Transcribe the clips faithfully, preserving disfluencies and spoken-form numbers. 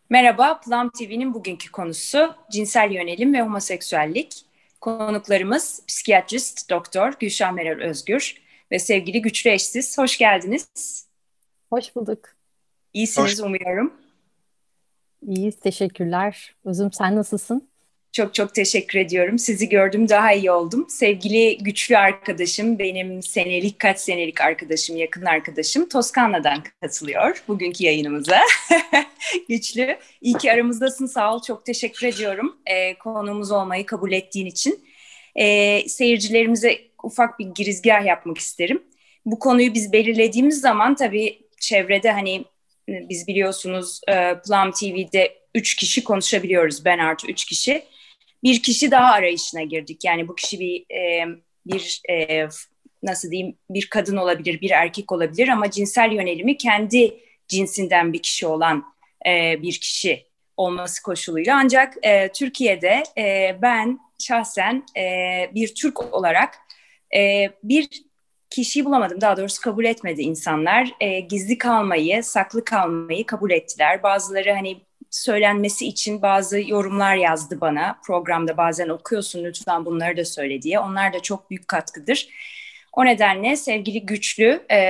Merhaba, Plum T V'nin bugünkü konusu cinsel yönelim ve homoseksüellik. Konuklarımız psikiyatrist Doktor Gülşah Meral Özgür ve sevgili Güçlü Eşsiz. Hoş geldiniz. Hoş bulduk. Hoş, İyisiniz umuyorum. İyiyiz, teşekkürler. Özüm sen nasılsın? Çok çok teşekkür ediyorum. Sizi gördüm, daha iyi oldum. Sevgili güçlü arkadaşım, benim senelik, kaç senelik arkadaşım, yakın arkadaşım Toskana'dan katılıyor bugünkü yayınımıza. Güçlü, iyi ki aramızdasın, sağ ol. Çok teşekkür ediyorum ee, konuğumuz olmayı kabul ettiğin için. Ee, seyircilerimize ufak bir girizgah yapmak isterim. Bu konuyu biz belirlediğimiz zaman tabii çevrede hani biz biliyorsunuz e, Plum T V'de üç kişi konuşabiliyoruz, ben artı üç kişi. Bir kişi daha arayışına girdik. Yani bu kişi bir e, bir e, nasıl diyeyim, bir kadın olabilir, bir erkek olabilir ama cinsel yönelimi kendi cinsinden bir kişi olan e, bir kişi olması koşuluyla. Ancak e, Türkiye'de e, ben şahsen e, bir Türk olarak e, bir kişiyi bulamadım. Daha doğrusu kabul etmedi insanlar. E, gizli kalmayı, saklı kalmayı kabul ettiler. Bazıları hani söylenmesi için bazı yorumlar yazdı bana. Programda bazen okuyorsun, lütfen bunları da söyle diye. Onlar da çok büyük katkıdır. O nedenle sevgili Güçlü e,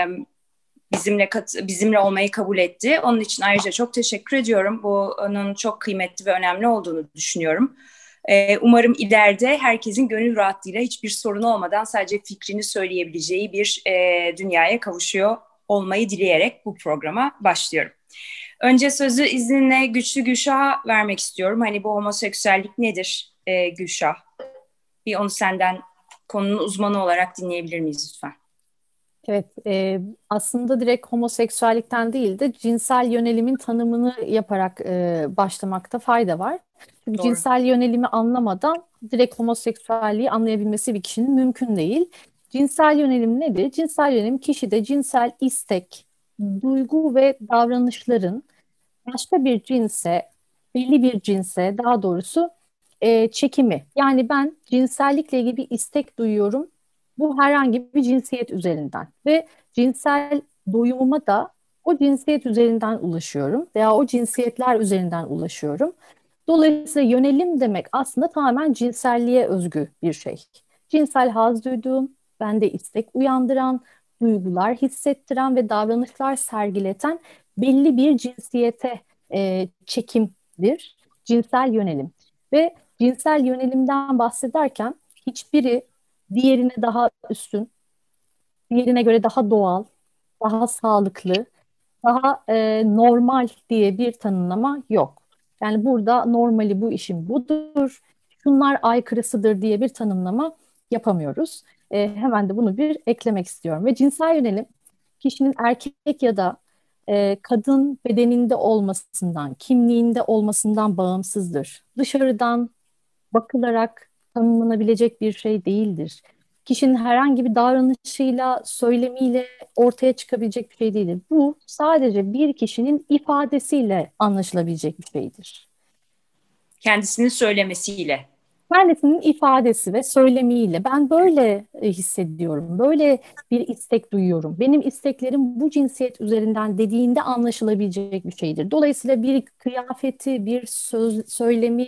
bizimle kat, bizimle olmayı kabul etti. Onun için ayrıca çok teşekkür ediyorum. Bu onun çok kıymetli ve önemli olduğunu düşünüyorum. Ee, umarım ileride herkesin gönül rahatlığıyla hiçbir sorun olmadan sadece fikrini söyleyebileceği bir e, dünyaya kavuşuyor olmayı dileyerek bu programa başlıyorum. Önce sözü izninle Güçlü Gülşah'a vermek istiyorum. Hani bu homoseksüellik nedir e, Gülşah? Bir onu senden konunun uzmanı olarak dinleyebilir miyiz lütfen? Evet, e, aslında direkt homoseksüellikten değil de cinsel yönelimin tanımını yaparak e, başlamakta fayda var. Çünkü Doğru. cinsel yönelimi anlamadan direkt homoseksüelliği anlayabilmesi bir kişinin mümkün değil. Cinsel yönelim nedir? Cinsel yönelim kişide cinsel istek, duygu ve davranışların başka bir cinse, belli bir cinse daha doğrusu e, çekimi. Yani ben cinsellikle ilgili bir istek duyuyorum. Bu herhangi bir cinsiyet üzerinden ve cinsel doyumuma da o cinsiyet üzerinden ulaşıyorum veya o cinsiyetler üzerinden ulaşıyorum. Dolayısıyla yönelim demek aslında tamamen cinselliğe özgü bir şey. Cinsel haz duyduğum, bende istek uyandıran, duygular hissettiren ve davranışlar sergileten belli bir cinsiyete e, çekimdir. Cinsel yönelim. Ve cinsel yönelimden bahsederken hiçbiri diğerine daha üstün, diğerine göre daha doğal, daha sağlıklı, daha e, normal diye bir tanımlama yok. Yani burada normali bu işin budur, şunlar aykırısıdır diye bir tanımlama yapamıyoruz. E, hemen de bunu bir eklemek istiyorum. Ve cinsel yönelim kişinin erkek ya da e, kadın bedeninde olmasından, kimliğinde olmasından bağımsızdır. Dışarıdan bakılarak tanımlanabilecek bir şey değildir. Kişinin herhangi bir davranışıyla, söylemiyle ortaya çıkabilecek bir şey değildir. Bu sadece bir kişinin ifadesiyle anlaşılabilecek bir şeydir. Kendisinin söylemesiyle. Kendisinin ifadesi ve söylemiyle ben böyle e, hissediyorum, böyle bir istek duyuyorum. Benim isteklerim bu cinsiyet üzerinden dediğinde anlaşılabilecek bir şeydir. Dolayısıyla bir kıyafeti, bir söz, söylemi,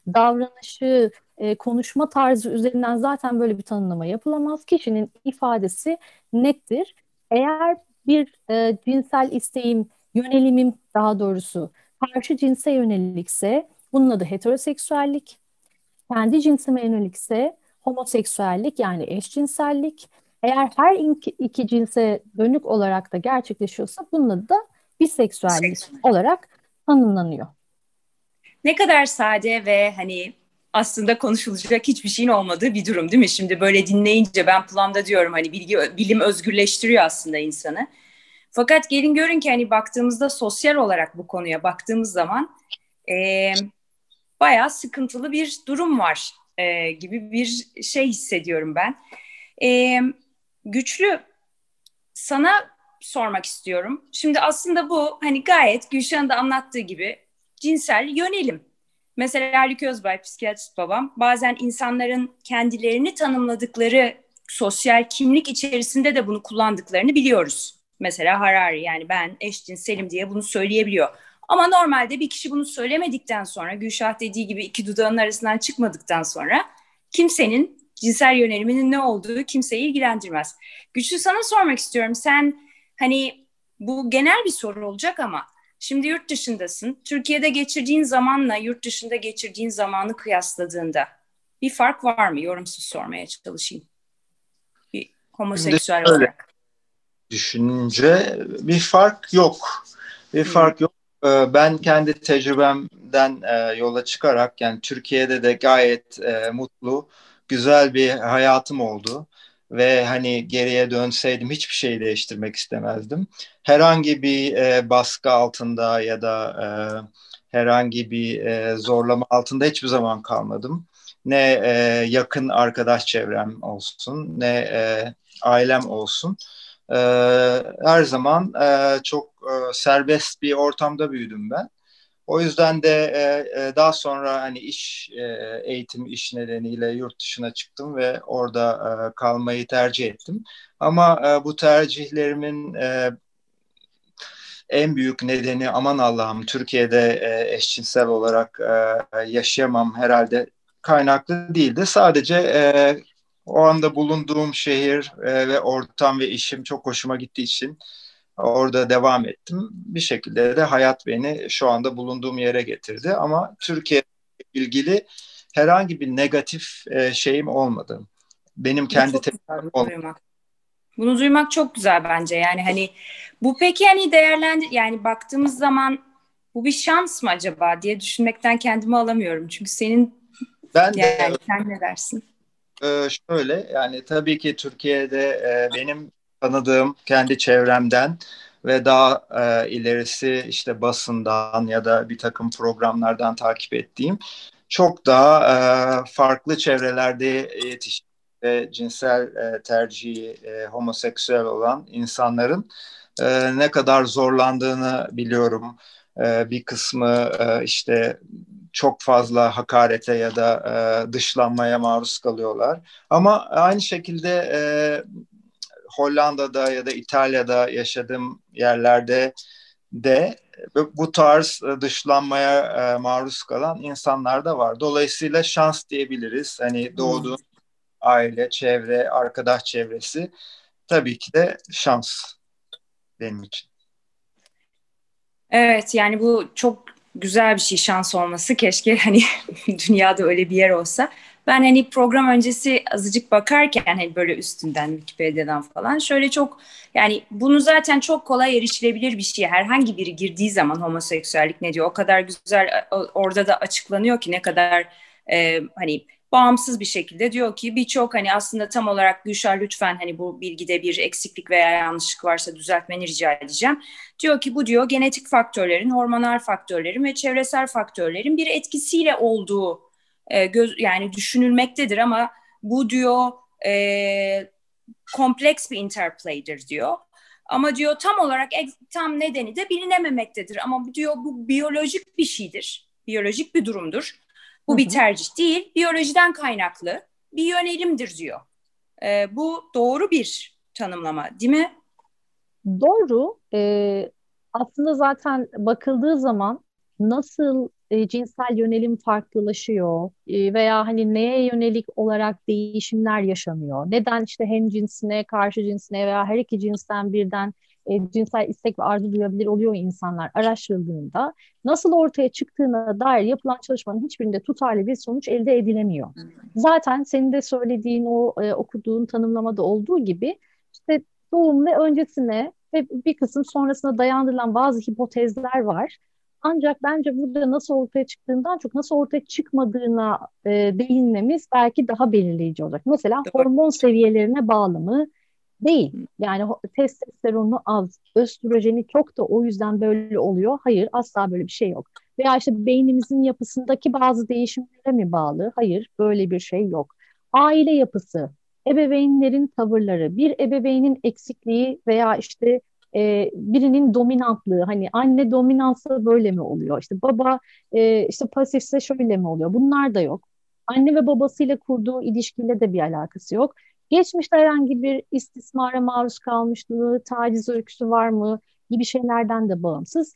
davranışı, e, konuşma tarzı üzerinden zaten böyle bir tanımlama yapılamaz. Kişinin ifadesi nettir. Eğer bir e, cinsel isteğim, yönelimim daha doğrusu karşı cinse yönelikse bunun adı heteroseksüellik. Kendi cinsime yönelikse homoseksüellik yani eşcinsellik. Eğer her iki, iki cinse dönük olarak da gerçekleşiyorsa bunun adı da biseksüellik olarak tanımlanıyor. Ne kadar sade ve hani aslında konuşulacak hiçbir şeyin olmadığı bir durum değil mi? Şimdi böyle dinleyince ben planda diyorum hani bilgi, bilim özgürleştiriyor aslında insanı. Fakat gelin görün ki hani baktığımızda sosyal olarak bu konuya baktığımız zaman e, bayağı sıkıntılı bir durum var e, gibi bir şey hissediyorum ben. E, Güçlü, sana sormak istiyorum. Şimdi aslında bu hani gayet Gülşah'ın da anlattığı gibi cinsel yönelim. Mesela Haluk Özbay, psikiyatrist babam, bazen insanların kendilerini tanımladıkları sosyal kimlik içerisinde de bunu kullandıklarını biliyoruz. Mesela Harari, yani ben eşcinselim diye bunu söyleyebiliyor. Ama normalde bir kişi bunu söylemedikten sonra, Gülşah dediği gibi iki dudağının arasından çıkmadıktan sonra kimsenin cinsel yöneliminin ne olduğu kimseyi ilgilendirmez. Güçlü, sana sormak istiyorum. Sen hani bu genel bir soru olacak ama şimdi yurt dışındasın. Türkiye'de geçirdiğin zamanla yurt dışında geçirdiğin zamanı kıyasladığında bir fark var mı? Yorumsuz sormaya çalışayım. Bir Şimdi homoseksüel öyle olarak. düşününce bir fark yok. Bir Hmm. fark yok. Ee, Ben kendi tecrübemden e, yola çıkarak, yani Türkiye'de de gayet e, mutlu, güzel bir hayatım oldu. Ve hani geriye dönseydim hiçbir şeyi değiştirmek istemezdim. Herhangi bir e, baskı altında ya da e, herhangi bir e, zorlama altında hiçbir zaman kalmadım. Ne e, yakın arkadaş çevrem olsun, ne e, ailem olsun. Ee, her zaman e, çok e, serbest bir ortamda büyüdüm ben. O yüzden de e, e, daha sonra hani iş e, eğitim iş nedeniyle yurt dışına çıktım ve orada e, kalmayı tercih ettim. Ama e, bu tercihlerimin e, en büyük nedeni, aman Allah'ım Türkiye'de e, eşcinsel olarak e, yaşayamam herhalde, kaynaklı değildi. Sadece e, o anda bulunduğum şehir e, ve ortam ve işim çok hoşuma gittiği için orada devam ettim. Bir şekilde de hayat beni şu anda bulunduğum yere getirdi. Ama Türkiye ile ilgili herhangi bir negatif e, şeyim olmadı. Benim Bu kendi çok tecrübem güzel, bunu olmadı. duymak. Bunu duymak çok güzel bence. Yani hani bu peki hani değerlendir yani baktığımız zaman bu bir şans mı acaba diye düşünmekten kendimi alamıyorum. Çünkü senin Ben de yani sen ne dersin? Ee, şöyle, yani tabii ki Türkiye'de e, benim tanıdığım kendi çevremden ve daha e, ilerisi işte basından ya da bir takım programlardan takip ettiğim çok daha e, farklı çevrelerde yetişmiş ve cinsel e, tercihi e, homoseksüel olan insanların e, ne kadar zorlandığını biliyorum. E, bir kısmı e, işte çok fazla hakarete ya da e, dışlanmaya maruz kalıyorlar. Ama aynı şekilde e, Hollanda'da ya da İtalya'da yaşadığım yerlerde de bu tarz dışlanmaya e, maruz kalan insanlar da var. Dolayısıyla şans diyebiliriz. Hani Hmm. doğduğun aile, çevre, arkadaş çevresi tabii ki de şans benim için. Evet, yani bu çok güzel bir şey, şans olması. Keşke hani dünyada öyle bir yer olsa. Ben hani program öncesi azıcık bakarken hani böyle üstünden Wikipedia'dan falan şöyle çok yani bunu zaten çok kolay erişilebilir bir şey. Herhangi biri girdiği zaman homoseksüellik ne diyor? O kadar güzel orada da açıklanıyor ki ne kadar e, hani bağımsız bir şekilde diyor ki birçok hani aslında tam olarak Gülşah lütfen hani bu bilgide bir eksiklik veya yanlışlık varsa düzeltmeni rica edeceğim. Diyor ki bu diyor genetik faktörlerin, hormonal faktörlerin ve çevresel faktörlerin bir etkisiyle olduğu e, göz, yani düşünülmektedir ama bu diyor e, kompleks bir interplay'dir diyor. Ama diyor tam olarak tam nedeni de bilinememektedir. Ama diyor bu biyolojik bir şeydir. Biyolojik bir durumdur. Hı Bu bir hı. tercih değil. Biyolojiden kaynaklı bir yönelimdir diyor. E, bu doğru bir tanımlama değil mi? Doğru. Ee, aslında zaten bakıldığı zaman nasıl e, cinsel yönelim farklılaşıyor e, veya hani neye yönelik olarak değişimler yaşanıyor? Neden işte hem cinsine, karşı cinsine veya her iki cinsten birden e, cinsel istek ve arzu duyabilir oluyor insanlar araştırıldığında nasıl ortaya çıktığına dair yapılan çalışmanın hiçbirinde tutarlı bir sonuç elde edilemiyor. Zaten senin de söylediğin o e, okuduğun tanımlamada olduğu gibi işte doğum ve öncesine ve bir kısım sonrasına dayandırılan bazı hipotezler var. Ancak bence burada nasıl ortaya çıktığından çok nasıl ortaya çıkmadığına e, değinmemiz belki daha belirleyici olacak. Mesela Doğru. hormon seviyelerine bağlı mı? Değil. Yani ho- testosteronu az, östrojeni çok da o yüzden böyle oluyor. Hayır, asla böyle bir şey yok. Veya işte beynimizin yapısındaki bazı değişimlere mi bağlı? Hayır, böyle bir şey yok. Aile yapısı, ebeveynlerin tavırları, bir ebeveynin eksikliği veya işte e, birinin dominantlığı, hani anne dominansa böyle mi oluyor? İşte baba e, işte pasifse şöyle mi oluyor? Bunlar da yok. Anne ve babasıyla kurduğu ilişkiyle de bir alakası yok. Geçmişte herhangi bir istismara maruz kalmışlığı, taciz öyküsü var mı gibi şeylerden de bağımsız.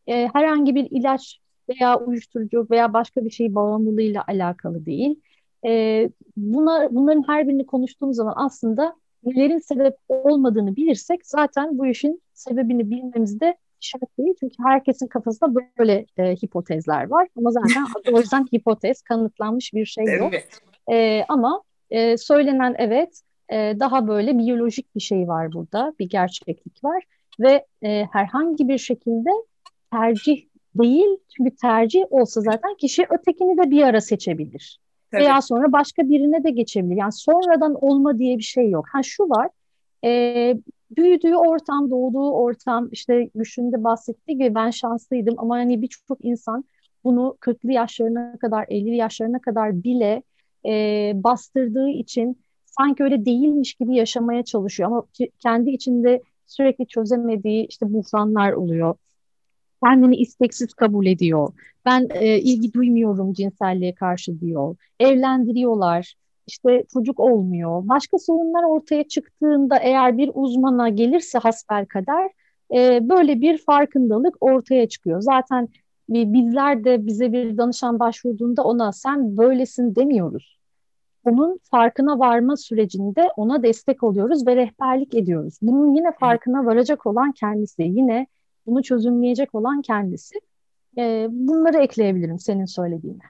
e, herhangi bir ilaç veya uyuşturucu veya başka bir şey bağımlılığıyla alakalı değil. E, buna, bunların her birini konuştuğumuz zaman aslında nelerin sebep olmadığını bilirsek zaten bu işin sebebini bilmemiz de şart değil. Çünkü herkesin kafasında böyle e, hipotezler var. Ama zaten adı o yüzden hipotez, kanıtlanmış bir şey yok. Evet. E, ama e, söylenen evet, e, daha böyle biyolojik bir şey var burada, bir gerçeklik var ve e, herhangi bir şekilde tercih değil. Çünkü tercih olsa zaten kişi ötekini de bir ara seçebilir. Tabii. Veya sonra başka birine de geçebilir. Yani sonradan olma diye bir şey yok. Ha şu var, e, büyüdüğü ortam, doğduğu ortam, işte Gülşen'in de bahsettiği gibi ben şanslıydım ama hani birçok insan bunu kırklı yaşlarına kadar, elli yaşlarına kadar bile e, bastırdığı için sanki öyle değilmiş gibi yaşamaya çalışıyor. Ama kendi içinde sürekli çözemediği işte buhranlar oluyor. Kendini isteksiz kabul ediyor. Ben e, ilgi duymuyorum cinselliğe karşı diyor. Evlendiriyorlar. İşte çocuk olmuyor. Başka sorunlar ortaya çıktığında eğer bir uzmana gelirse hasbelkader e, böyle bir farkındalık ortaya çıkıyor. Zaten e, bizler de bize bir danışan başvurduğunda ona sen böylesin demiyoruz. Onun farkına varma sürecinde ona destek oluyoruz ve rehberlik ediyoruz. Bunun yine farkına varacak olan kendisi, yine bunu çözümleyecek olan kendisi. Ee, bunları ekleyebilirim senin söylediğine.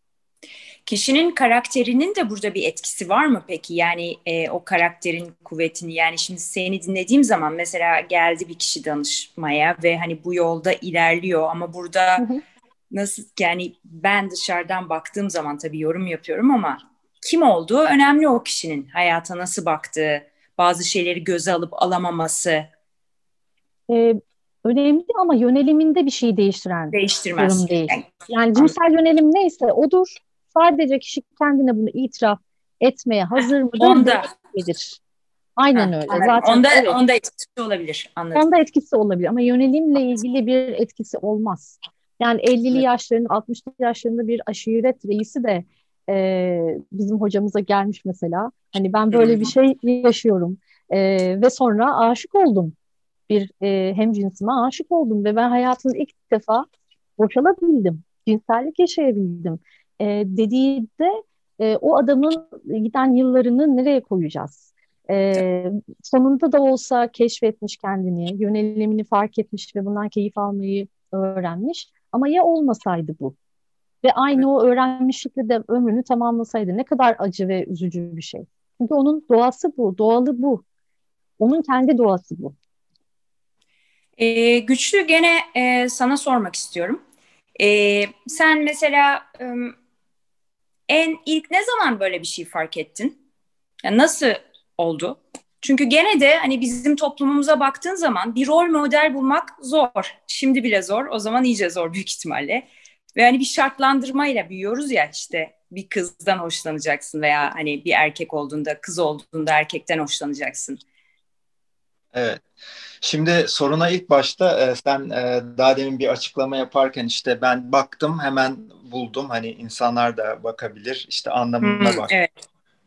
Kişinin karakterinin de burada bir etkisi var mı peki? Yani e, o karakterin kuvvetini, yani şimdi seni dinlediğim zaman mesela geldi bir kişi danışmaya ve hani bu yolda ilerliyor ama Hı burada hı. nasıl, yani ben dışarıdan baktığım zaman tabii yorum yapıyorum ama kim olduğu önemli, o kişinin hayata nasıl baktığı, bazı şeyleri göze alıp alamaması Ee, Önemli ama yöneliminde bir şey değiştiren değiştirmez. durum değil. Yani, Yani an- cinsel yönelim neyse odur. Sadece kişi kendine bunu itiraf etmeye hazır mıdır, değil onda midir? Aynen ha, öyle. anladım. Zaten Onda evet. onda etkisi olabilir. Anladım. Onda etkisi olabilir ama yönelimle ilgili bir etkisi olmaz. Yani ellili Evet. yaşlarında, altmışlı yaşlarında bir aşiret reisi de e, bizim hocamıza gelmiş mesela. Hani ben böyle bir şey yaşıyorum E, ve sonra aşık oldum. Bir e, hemcinsime aşık oldum ve ben hayatımda ilk defa boşalabildim. Cinsellik yaşayabildim. E, dediğinde e, o adamın giden yıllarını nereye koyacağız? E, Sonunda da olsa keşfetmiş kendini, yönelimini fark etmiş ve bundan keyif almayı öğrenmiş. Ama ya olmasaydı bu? Ve aynı o öğrenmişlikle de ömrünü tamamlasaydı ne kadar acı ve üzücü bir şey. Çünkü onun doğası bu, doğalı bu. Onun kendi doğası bu. Ee, Güçlü, gene e, sana sormak istiyorum. Ee, sen mesela e, en ilk ne zaman böyle bir şey fark ettin? Yani nasıl oldu? Çünkü gene de hani bizim toplumumuza baktığın zaman bir rol model bulmak zor. Şimdi bile zor, o zaman iyice zor büyük ihtimalle. Ve hani bir şartlandırmayla büyüyoruz ya, işte bir kızdan hoşlanacaksın veya hani bir erkek olduğunda, kız olduğunda erkekten hoşlanacaksın. Evet. Şimdi soruna ilk başta e, sen e, daha demin bir açıklama yaparken işte ben baktım hemen buldum, hani insanlar da bakabilir işte Hmm, anlamına baktım. evet.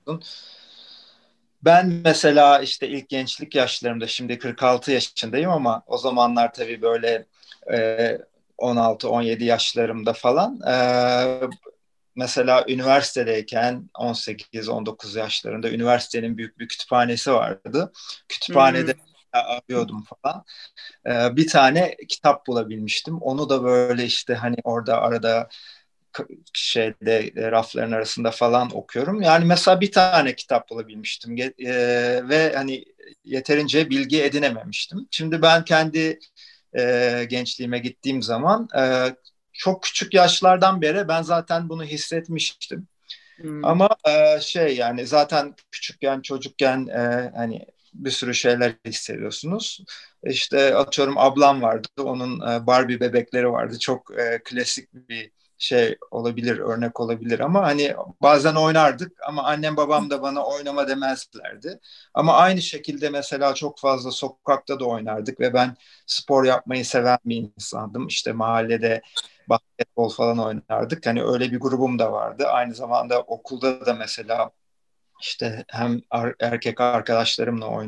Ben mesela işte ilk gençlik yaşlarımda, şimdi kırk altı yaşındayım ama o zamanlar tabii böyle e, on altı on yedi yaşlarımda falan, e, mesela üniversitedeyken on sekiz on dokuz yaşlarında üniversitenin büyük bir kütüphanesi vardı. Hmm. Kütüphanede arıyordum falan. Ee, bir tane kitap bulabilmiştim. Onu da böyle işte hani orada arada şeyde e, rafların arasında falan okuyorum. Yani mesela bir tane kitap bulabilmiştim. E, ve hani yeterince bilgi edinememiştim. Şimdi ben kendi e, gençliğime gittiğim zaman e, çok küçük yaşlardan beri ben zaten bunu hissetmiştim. Hmm. Ama e, şey yani zaten küçükken çocukken e, hani bir sürü şeyler hissediyorsunuz. İşte atıyorum ablam vardı. Onun e, Barbie bebekleri vardı. Çok e, klasik bir şey olabilir, örnek olabilir ama hani bazen oynardık ama annem babam da bana oynama demezlerdi. Ama aynı şekilde mesela çok fazla sokakta da oynardık ve ben spor yapmayı seven bir insandım. İşte mahallede basketbol falan oynardık. Hani öyle bir grubum da vardı. Aynı zamanda okulda da mesela işte hem erkek arkadaşlarımla oyn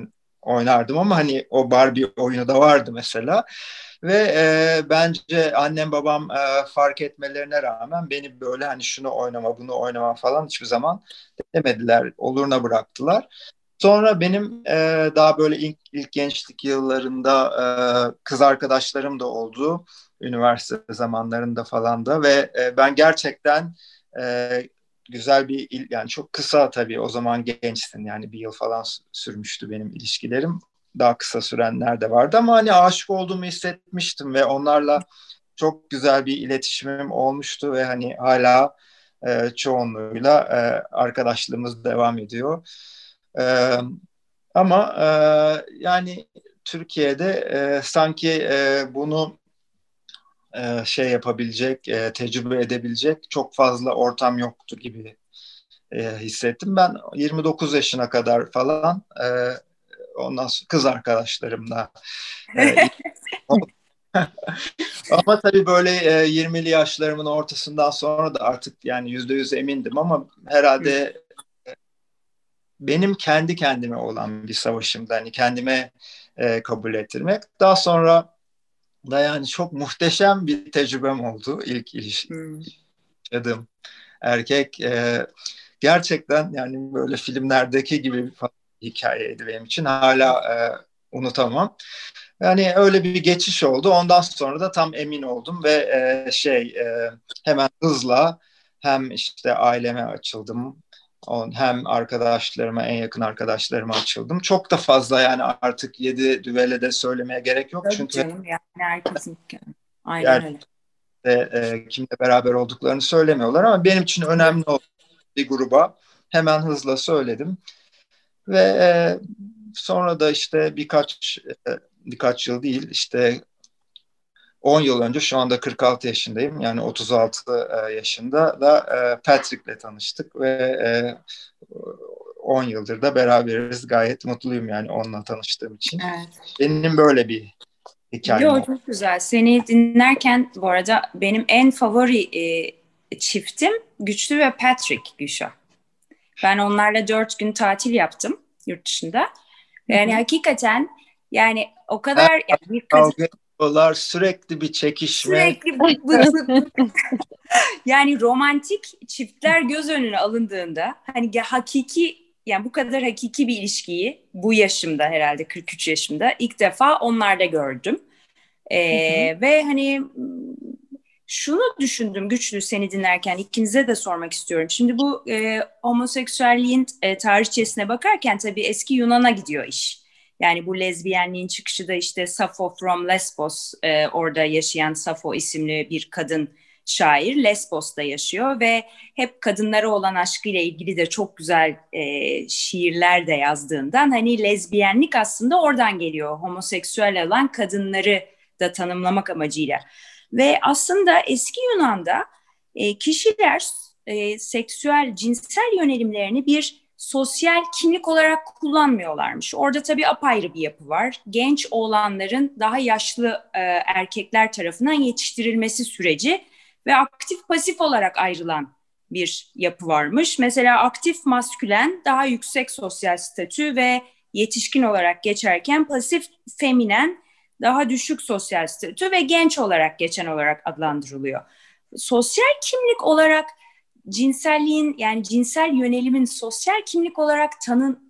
oynardım ama hani o Barbie oyunu da vardı mesela. Ve e, bence annem babam e, fark etmelerine rağmen beni böyle hani şunu oynama bunu oynama falan hiçbir zaman demediler. Oluruna bıraktılar. Sonra benim e, daha böyle ilk, ilk gençlik yıllarında e, kız arkadaşlarım da oldu. Üniversite zamanlarında falan da ve e, ben gerçekten e, güzel bir il, yani çok kısa tabii o zaman gençsin yani bir yıl falan sürmüştü benim ilişkilerim. Daha kısa sürenler de vardı ama hani aşık olduğumu hissetmiştim ve onlarla çok güzel bir iletişimim olmuştu ve hani hala e, çoğunluğuyla e, arkadaşlığımız devam ediyor. E, ama e, yani Türkiye'de e, sanki e, bunu e, şey yapabilecek, e, tecrübe edebilecek çok fazla ortam yoktu gibi e, hissettim. Ben yirmi dokuz yaşına kadar falan e, ondan sonra kız arkadaşlarımla e, ama tabii böyle e, yirmili yaşlarımın ortasından sonra da artık yani yüzde yüz emindim ama herhalde benim kendi kendime olan bir savaşımdı. Hani kendime e, kabul ettirmek. Daha sonra da yani çok muhteşem bir tecrübem oldu ilk ilişki Hmm. yaşadığım erkek. E, gerçekten yani böyle filmlerdeki gibi bir hikayeydi benim için. Hala e, unutamam. Yani öyle bir geçiş oldu. Ondan sonra da tam emin oldum ve e, şey e, hemen hızla hem işte aileme açıldım. On, hem arkadaşlarıma, en yakın arkadaşlarıma açıldım. Çok da fazla yani artık yedi düvele de söylemeye gerek yok. Tabii Çünkü canım, yani herkesin aynen yerde öyle. e, kimle beraber olduklarını söylemiyorlar ama benim için önemli olan bir gruba hemen hızla söyledim. Ve e, sonra da işte birkaç e, birkaç yıl değil işte on yıl önce şu anda kırk altı yaşındayım. Yani otuz altı e, yaşında da e, Patrick'le tanıştık ve e, on yıldır da beraberiz. Gayet mutluyum yani onunla tanıştığım için. Evet. Benim böyle bir hikayem Yo, oldu. çok güzel. Seni dinlerken bu arada benim en favori e, çiftim Güçlü ve Patrick Gülşah. Ben onlarla dört gün tatil yaptım yurt dışında. Yani hakikaten yani o Her kadar yani bir kadın kavga ediyorlar, sürekli bir çekişme. sürekli bık bık bık bık. Yani romantik çiftler göz önüne alındığında hani ge- hakiki yani bu kadar hakiki bir ilişkiyi bu yaşımda herhalde kırk üç yaşımda ilk defa onlarda gördüm. Ee, ve hani şunu düşündüm Güçlü seni dinlerken ikinize de sormak istiyorum. Şimdi bu e, homoseksüelliğin e, tarihçesine bakarken tabii eski Yunan'a gidiyor iş. Yani bu lezbiyenliğin çıkışı da işte Sappho from Lesbos, e, orada yaşayan Sappho isimli bir kadın şair Lesbos'ta yaşıyor ve hep kadınlara olan aşkıyla ilgili de çok güzel e, şiirler de yazdığından hani lezbiyenlik aslında oradan geliyor. Homoseksüel olan kadınları da tanımlamak amacıyla. Ve aslında eski Yunan'da e, kişiler e, seksüel, cinsel yönelimlerini bir sosyal kimlik olarak kullanmıyorlarmış. Orada tabii apayrı bir yapı var. Genç oğlanların daha yaşlı e, erkekler tarafından yetiştirilmesi süreci ve aktif pasif olarak ayrılan bir yapı varmış. Mesela aktif maskülen daha yüksek sosyal statü ve yetişkin olarak geçerken pasif feminen daha düşük sosyal statü ve genç olarak geçen olarak adlandırılıyor. Sosyal kimlik olarak cinselliğin yani cinsel yönelimin sosyal kimlik olarak tanın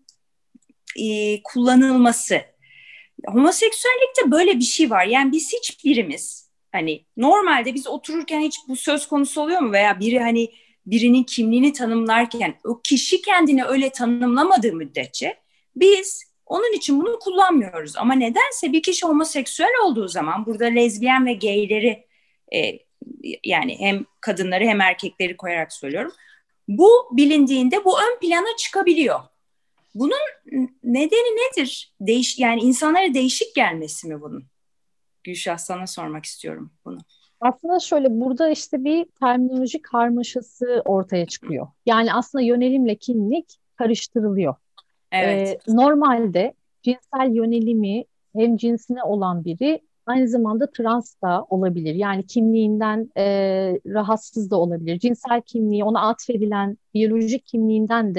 e, kullanılması. Homoseksüellikte böyle bir şey var. Yani biz hiçbirimiz hani normalde biz otururken hiç bu söz konusu oluyor mu veya biri hani birinin kimliğini tanımlarken o kişi kendini öyle tanımlamadığı müddetçe biz onun için bunu kullanmıyoruz. Ama nedense bir kişi homoseksüel olduğu zaman burada lezbiyen ve gayleri e, yani hem kadınları hem erkekleri koyarak söylüyorum. Bu bilindiğinde bu ön plana çıkabiliyor. Bunun nedeni nedir? Değiş yani insanlara değişik gelmesi mi bunun? Gülşah sana sormak istiyorum bunu. Aslında şöyle burada işte bir terminoloji karmaşası ortaya çıkıyor. Yani aslında yönelimle kimlik karıştırılıyor. Evet. Ee, normalde cinsel yönelimi hem cinsine olan biri aynı zamanda trans da olabilir. Yani kimliğinden e, rahatsız da olabilir. Cinsel kimliği ona atfedilen biyolojik kimliğinden de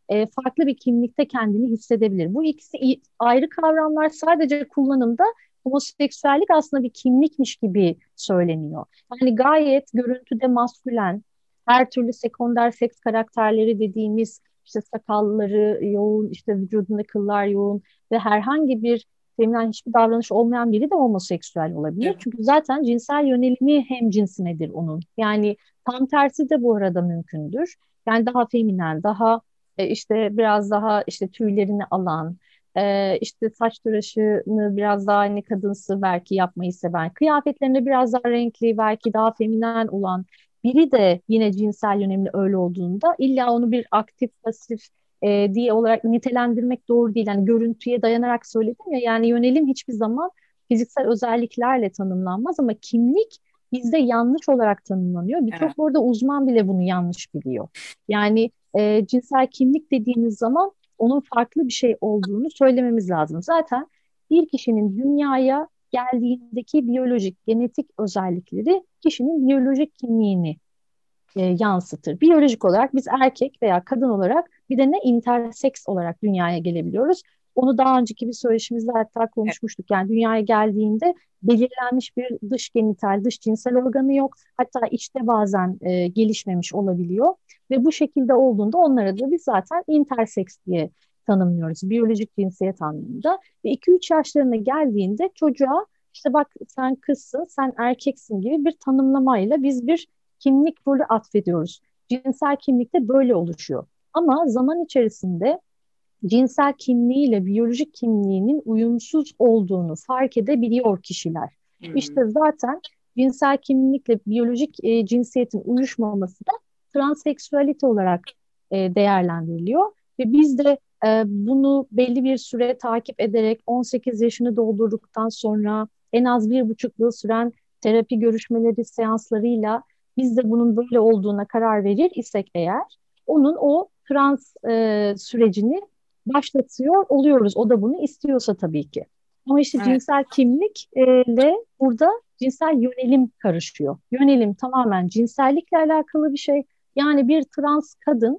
e, farklı bir kimlikte kendini hissedebilir. Bu ikisi i- ayrı kavramlar, sadece kullanımda homoseksüellik aslında bir kimlikmiş gibi söyleniyor. Yani gayet görüntüde maskülen, her türlü sekonder seks karakterleri dediğimiz işte sakalları yoğun, işte vücudunda kıllar yoğun ve herhangi bir feminen hiçbir davranış olmayan biri de homoseksüel olabilir. Evet. Çünkü zaten cinsel yönelimi hem cinsinedir onun. Yani tam tersi de bu arada mümkündür. Yani daha feminen, daha e, işte biraz daha işte tüylerini alan, e, işte saç tıraşını biraz daha hani kadınsı belki yapmayı seven, kıyafetlerinde biraz daha renkli, belki daha feminen olan biri de yine cinsel yönelimli öyle olduğunda illa onu bir aktif, pasif e, diye olarak nitelendirmek doğru değil. Yani görüntüye dayanarak söyledim ya, yani yönelim hiçbir zaman fiziksel özelliklerle tanımlanmaz ama kimlik bizde yanlış olarak tanımlanıyor. Evet. Birçok burada uzman bile bunu yanlış biliyor. Yani e, cinsel kimlik dediğimiz zaman onun farklı bir şey olduğunu söylememiz lazım. Zaten bir kişinin dünyaya geldiğindeki biyolojik, genetik özellikleri kişinin biyolojik kimliğini e, yansıtır. Biyolojik olarak biz erkek veya kadın olarak bir de ne interseks olarak dünyaya gelebiliyoruz. Onu daha önceki bir söyleşimizde hatta Evet. konuşmuştuk. Yani dünyaya geldiğinde belirlenmiş bir dış genital, dış cinsel organı yok. Hatta içte bazen e, gelişmemiş olabiliyor. Ve bu şekilde olduğunda onlara da biz zaten interseks diye tanımlıyoruz. Biyolojik cinsiyet anlamında. Ve iki üç yaşlarına geldiğinde çocuğa işte bak sen kızsın, sen erkeksin gibi bir tanımlamayla biz bir kimlik rolü atfediyoruz. Cinsel kimlik de böyle oluşuyor. Ama zaman içerisinde cinsel kimliğiyle biyolojik kimliğinin uyumsuz olduğunu fark edebiliyor kişiler. Hmm. İşte zaten cinsel kimlikle biyolojik e, cinsiyetin uyuşmaması da transseksüelite olarak e, değerlendiriliyor. Ve biz de e, bunu belli bir süre takip ederek on sekiz yaşını doldurduktan sonra en az bir buçuk yıl süren terapi görüşmeleri seanslarıyla biz de bunun böyle olduğuna karar verir isek eğer, onun o trans e, sürecini başlatıyor oluyoruz. O da bunu istiyorsa tabii ki. Ama işte Evet. cinsel kimlikle burada cinsel yönelim karışıyor. Yönelim tamamen cinsellikle alakalı bir şey. Yani bir trans kadın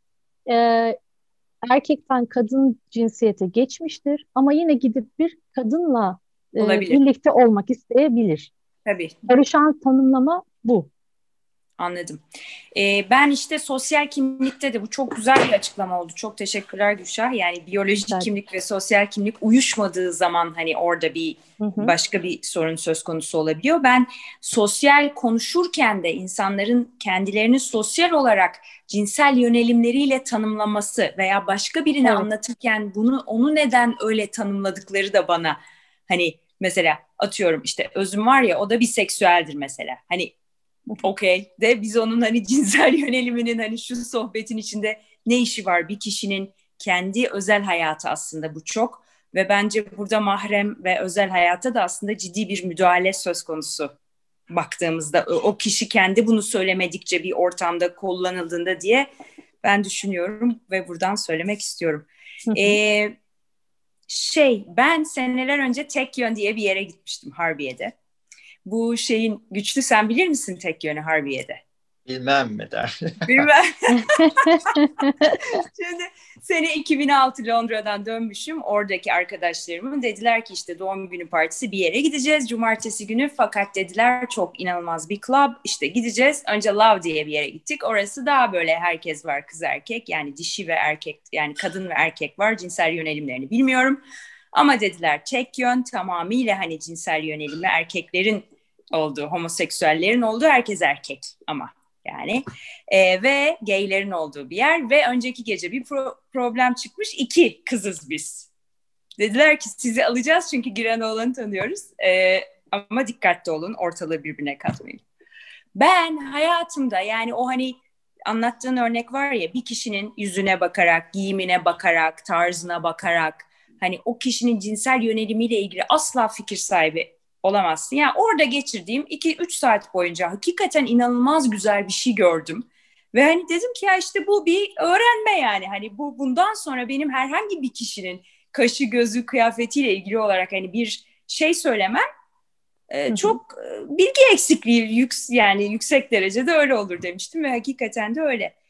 e, erkekten kadın cinsiyete geçmiştir ama yine gidip bir kadınla e, Olabilir. birlikte olmak isteyebilir. Tabii. Karışan tanımlama bu. Anladım. Ee, ben işte sosyal kimlikte de bu çok güzel bir açıklama oldu. Çok teşekkürler Gülşah. Yani biyolojik Evet. kimlik ve sosyal kimlik uyuşmadığı zaman hani orada bir Hı hı. başka bir sorun söz konusu olabiliyor. Ben sosyal konuşurken de insanların kendilerini sosyal olarak cinsel yönelimleriyle tanımlaması veya başka birine Evet. anlatırken bunu onu neden öyle tanımladıkları da bana hani mesela atıyorum işte Özüm var ya o da biseksüeldir mesela. Hani okey de biz onun hani cinsel yöneliminin hani şu sohbetin içinde ne işi var bir kişinin kendi özel hayatı aslında bu çok ve bence burada mahrem ve özel hayata da aslında ciddi bir müdahale söz konusu baktığımızda o kişi kendi bunu söylemedikçe bir ortamda kullanıldığında diye ben düşünüyorum ve buradan söylemek istiyorum. Hı hı. Ee, şey ben seneler önce Tek Yön diye bir yere gitmiştim Harbiye'de. Bu şeyin güçlü sen bilir misin Tek Yön'ü Harbiye'de? Bilmem mi der. Bilmem. Şimdi sene iki bin altı Londra'dan dönmüşüm. Oradaki arkadaşlarımın dediler ki işte doğum günü partisi bir yere gideceğiz. Cumartesi günü fakat dediler çok inanılmaz bir club. İşte gideceğiz. Önce Love diye bir yere gittik. Orası daha böyle herkes var kız erkek. Yani dişi ve erkek yani kadın ve erkek var. Cinsel yönelimlerini bilmiyorum. Ama dediler Tek Yön tamamıyla hani cinsel yönelimi erkeklerin olduğu, homoseksüellerin olduğu herkes erkek ama. Yani e, ve gaylerin olduğu bir yer ve önceki gece bir pro- problem çıkmış iki kızız biz. Dediler ki sizi alacağız çünkü giren oğlanı tanıyoruz e, ama dikkatli olun ortalığı birbirine katmayın. Ben hayatımda yani o hani anlattığın örnek var ya bir kişinin yüzüne bakarak, giyimine bakarak, tarzına bakarak hani o kişinin cinsel yönelimiyle ilgili asla fikir sahibi olamazsın. Yani orada geçirdiğim iki üç saat boyunca hakikaten inanılmaz güzel bir şey gördüm. Ve hani dedim ki ya işte bu bir öğrenme yani. Hani bu bundan sonra benim herhangi bir kişinin kaşı, gözü, kıyafetiyle ilgili olarak hani bir şey söylemem e, çok e, bilgi eksikliği yüks yani yüksek derecede öyle olur demiştim ve hakikaten de öyle.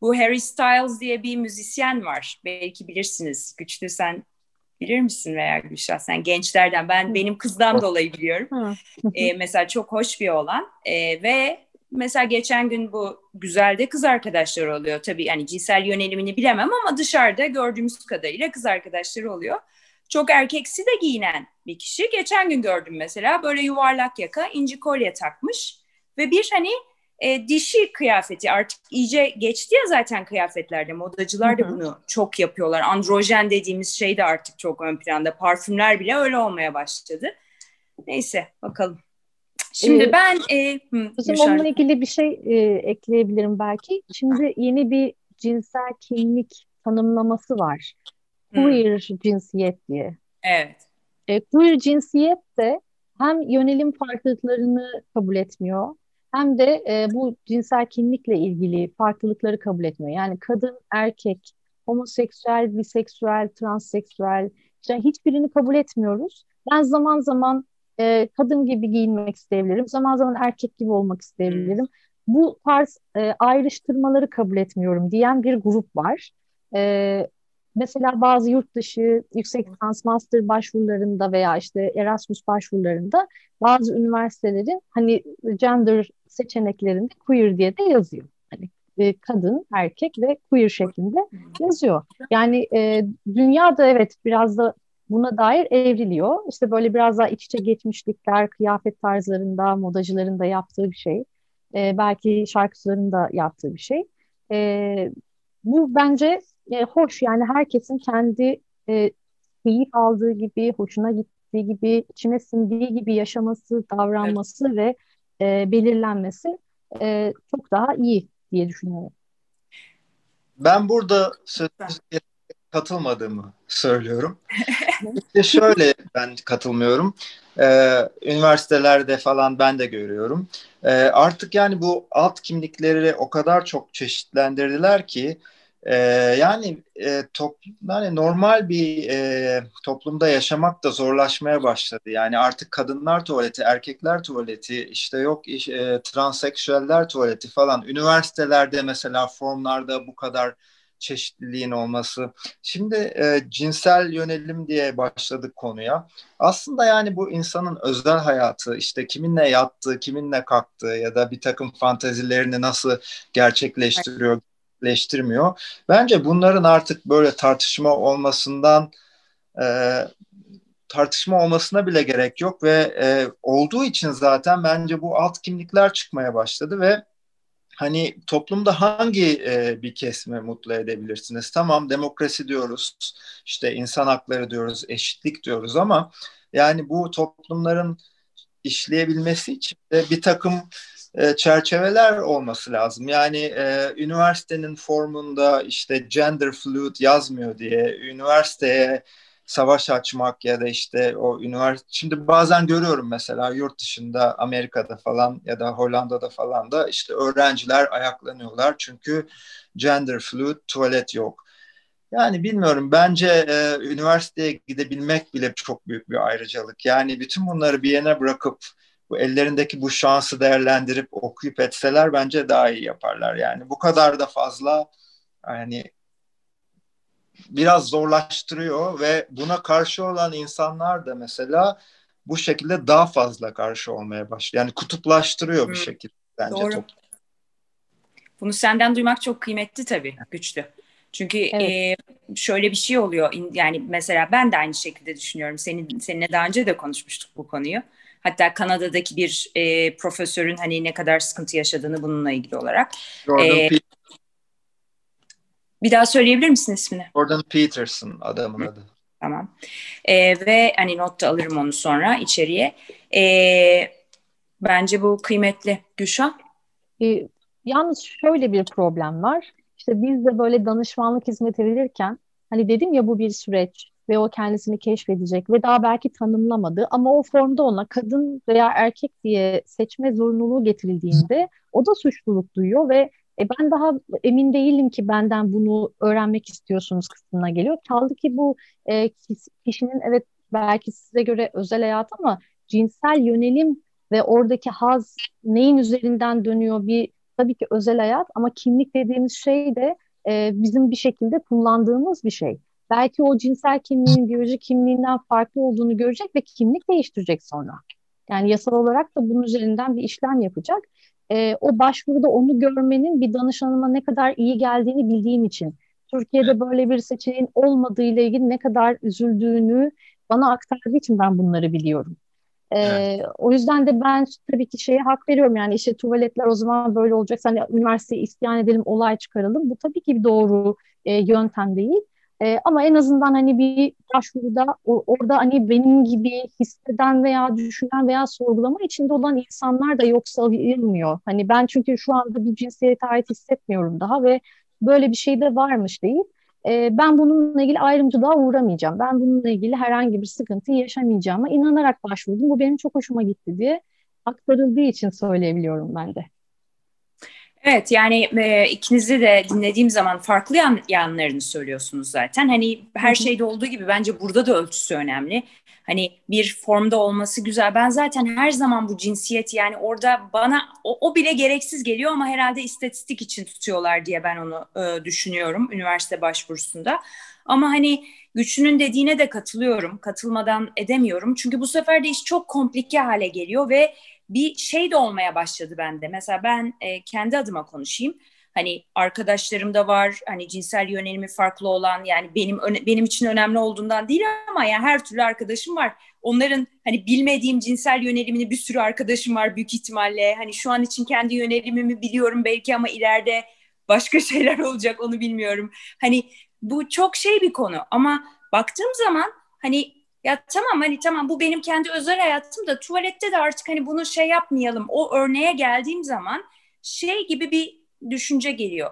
Bu Harry Styles diye bir müzisyen var. Belki bilirsiniz. Güçlü, sen bilir misin veya Gülşah, sen gençlerden. Ben benim kızdan dolayı biliyorum. Ee, mesela çok hoş bir oğlan. Ee, ve mesela geçen gün bu güzelde kız arkadaşları oluyor. Tabii yani cinsel yönelimini bilemem ama dışarıda gördüğümüz kadarıyla kız arkadaşları oluyor. Çok erkeksi de giyinen bir kişi. Geçen gün gördüm mesela, böyle yuvarlak yaka, inci kolye takmış ve bir hani e, dişi kıyafeti, artık iyice geçti ya zaten kıyafetlerde. Modacılar da bunu çok yapıyorlar. Androjen dediğimiz şey de artık çok ön planda. Parfümler bile öyle olmaya başladı. Neyse bakalım. Şimdi Ee, ben... E, hı, Kızım, onunla ilgili bir şey e, ekleyebilirim belki. Şimdi yeni bir cinsel kimlik tanımlaması var. Queer cinsiyet diye. Evet. E, queer cinsiyet de hem yönelim farklılıklarını kabul etmiyor, hem de e, bu cinsel kimlikle ilgili farklılıkları kabul etmiyor. Yani kadın, erkek, homoseksüel, biseksüel, transseksüel, işte hiçbirini kabul etmiyoruz. Ben zaman zaman e, kadın gibi giyinmek isteyebilirim, zaman zaman erkek gibi olmak isteyebilirim. Bu tarz e, ayrıştırmaları kabul etmiyorum diyen bir grup var. E, Mesela bazı yurt dışı yüksek lisans master başvurularında veya işte Erasmus başvurularında bazı üniversitelerin hani gender seçeneklerinde queer diye de yazıyor. Hani e, kadın, erkek ve queer şeklinde yazıyor. Yani e, dünya da evet biraz da buna dair evriliyor. İşte böyle biraz daha iç içe geçmişlikler, kıyafet tarzlarında, modacıların da yaptığı bir şey. E, belki şarkıcıların da yaptığı bir şey. E, Bu bence e, hoş, yani herkesin kendi e, keyif aldığı gibi, hoşuna gittiği gibi, içine sindiği gibi yaşaması, Evet. davranması ve e, belirlenmesi e, çok daha iyi diye düşünüyorum. Ben burada sözünüze katılmadığımı söylüyorum. İşte şöyle ben katılmıyorum. Ee, üniversitelerde falan ben de görüyorum. Ee, artık yani bu alt kimlikleri o kadar çok çeşitlendirdiler ki e, yani e, toplum, yani normal bir e, toplumda yaşamak da zorlaşmaya başladı. Yani artık kadınlar tuvaleti, erkekler tuvaleti, işte yok e, transseksüeller tuvaleti falan. Üniversitelerde mesela formlarda bu kadar çeşitliliğin olması. Şimdi e, cinsel yönelim diye başladık konuya. Aslında yani bu insanın özel hayatı, işte kiminle yattığı, kiminle kalktığı ya da bir takım fantezilerini nasıl gerçekleştiriyor, gerçekleştirmiyor. Bence bunların artık böyle tartışma olmasından e, tartışma olmasına bile gerek yok ve e, olduğu için zaten bence bu alt kimlikler çıkmaya başladı ve hani toplumda hangi e, bir kesimi mutlu edebilirsiniz? Tamam, demokrasi diyoruz, işte insan hakları diyoruz, eşitlik diyoruz ama yani bu toplumların işleyebilmesi için de bir takım e, çerçeveler olması lazım. Yani e, üniversitenin formunda işte gender fluid yazmıyor diye üniversiteye savaş açmak ya da işte o üniversite, şimdi bazen görüyorum mesela yurt dışında, Amerika'da falan ya da Hollanda'da falan da işte öğrenciler ayaklanıyorlar çünkü gender fluid tuvalet yok. Yani bilmiyorum, bence e, üniversiteye gidebilmek bile çok büyük bir ayrıcalık. Yani bütün bunları bir yana bırakıp bu ellerindeki bu şansı değerlendirip okuyup etseler bence daha iyi yaparlar. Yani bu kadar da fazla yani biraz zorlaştırıyor ve buna karşı olan insanlar da mesela bu şekilde daha fazla karşı olmaya başlıyor. Yani kutuplaştırıyor bir Hmm, şekilde bence doğru. toplum. Bunu senden duymak çok kıymetli tabii, Güçlü. Çünkü Evet. e, şöyle bir şey oluyor. Yani mesela ben de aynı şekilde düşünüyorum. Senin, seninle daha önce de konuşmuştuk bu konuyu. Hatta Kanada'daki bir e, profesörün hani ne kadar sıkıntı yaşadığını bununla ilgili olarak. Jordan, E, Pe- Bir daha söyleyebilir misin ismini? Jordan Peterson adamın adı. Tamam. E, ve hani not da alırım onu sonra içeriye. E, bence bu kıymetli. Gülşah? E, Yalnız şöyle bir problem var. İşte biz de böyle danışmanlık hizmeti verirken hani dedim ya, bu bir süreç ve o kendisini keşfedecek ve daha belki tanımlamadı ama o formda ona kadın veya erkek diye seçme zorunluluğu getirildiğinde o da suçluluk duyuyor ve e, ben daha emin değilim ki benden bunu öğrenmek istiyorsunuz kısmına geliyor. Kaldı ki bu e, kişinin evet belki size göre özel hayatı ama cinsel yönelim ve oradaki haz neyin üzerinden dönüyor, bir tabii ki özel hayat ama kimlik dediğimiz şey de e, bizim bir şekilde kullandığımız bir şey. Belki o cinsel kimliğin biyolojik kimliğinden farklı olduğunu görecek ve kimlik değiştirecek sonra. Yani yasal olarak da bunun üzerinden bir işlem yapacak. E, o başvuruda onu görmenin bir danışanıma ne kadar iyi geldiğini bildiğim için, Türkiye'de böyle bir seçeneğin olmadığı ile ilgili ne kadar üzüldüğünü bana aktardığı için ben bunları biliyorum. Evet. Ee, o yüzden de ben tabii ki şeye hak veriyorum, yani işte tuvaletler o zaman böyle olacak, hani üniversiteye isyan edelim, olay çıkaralım, bu tabii ki bir doğru e, yöntem değil. E, ama en azından hani bir başvuruda o- orada hani benim gibi hisseden veya düşünen veya sorgulama içinde olan insanlar da yoksa sayılmıyor. Hani ben çünkü şu anda bir cinsiyete ait hissetmiyorum daha ve böyle bir şey de varmış değil. E, ben bununla ilgili ayrımcılığa uğramayacağım. Ben bununla ilgili herhangi bir sıkıntı yaşamayacağıma inanarak başvurdum. Bu benim çok hoşuma gitti diye aktarıldığı için söyleyebiliyorum ben de. Evet, yani e, ikinizi de dinlediğim zaman farklı yan, yanlarını söylüyorsunuz zaten. Hani Hı her hı. şeyde olduğu gibi bence burada da ölçüsü önemli. Hani bir formda olması güzel. Ben zaten her zaman bu cinsiyet, yani orada bana o, o bile gereksiz geliyor ama herhalde istatistik için tutuyorlar diye ben onu e, düşünüyorum üniversite başvurusunda. Ama hani Güçlü'nün dediğine de katılıyorum. Katılmadan edemiyorum. Çünkü bu sefer de iş çok komplike hale geliyor ve bir şey de olmaya başladı bende. Mesela ben e, kendi adıma konuşayım. Hani arkadaşlarım da var. Hani cinsel yönelimi farklı olan, yani benim benim için önemli olduğundan değil ama yani her türlü arkadaşım var. Onların hani bilmediğim cinsel yönelimini bir sürü arkadaşım var büyük ihtimalle. Hani şu an için kendi yönelimimi biliyorum belki ama ileride başka şeyler olacak, onu bilmiyorum. Hani bu çok şey bir konu ama baktığım zaman hani ya tamam, hani tamam, bu benim kendi özel hayatım da tuvalette de artık hani bunu şey yapmayalım. O örneğe geldiğim zaman şey gibi bir düşünce geliyor.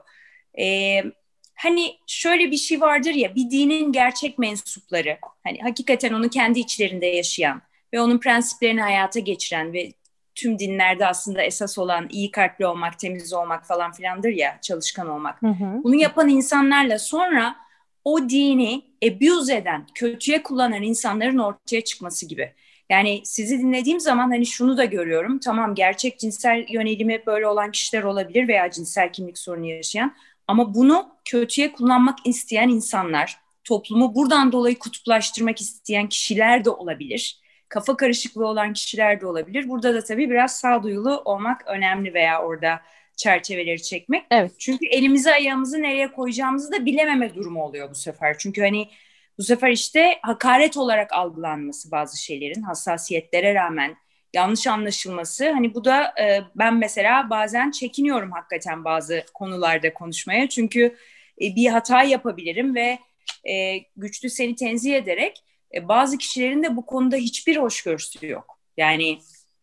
Ee, Hani şöyle bir şey vardır ya, bir dinin gerçek mensupları, hani hakikaten onu kendi içlerinde yaşayan ve onun prensiplerini hayata geçiren ve tüm dinlerde aslında esas olan iyi kalpli olmak, temiz olmak falan filandır ya, çalışkan olmak. Hı hı. Bunu yapan insanlarla sonra o dini abuse eden, kötüye kullanan insanların ortaya çıkması gibi. Yani sizi dinlediğim zaman hani şunu da görüyorum. Tamam, gerçek cinsel yönelimi böyle olan kişiler olabilir veya cinsel kimlik sorunu yaşayan. Ama bunu kötüye kullanmak isteyen insanlar, toplumu buradan dolayı kutuplaştırmak isteyen kişiler de olabilir. Kafa karışıklığı olan kişiler de olabilir. Burada da tabii biraz sağduyulu olmak önemli veya orada çerçeveleri çekmek. Evet. Çünkü elimizi ayağımızı nereye koyacağımızı da bilememe durumu oluyor bu sefer. Çünkü hani bu sefer işte hakaret olarak algılanması bazı şeylerin, hassasiyetlere rağmen yanlış anlaşılması. Hani bu da e, ben mesela bazen çekiniyorum hakikaten bazı konularda konuşmaya. Çünkü e, bir hata yapabilirim ve e, Güçlü, seni tenzih ederek e, bazı kişilerin de bu konuda hiçbir hoşgörüsü yok. Yani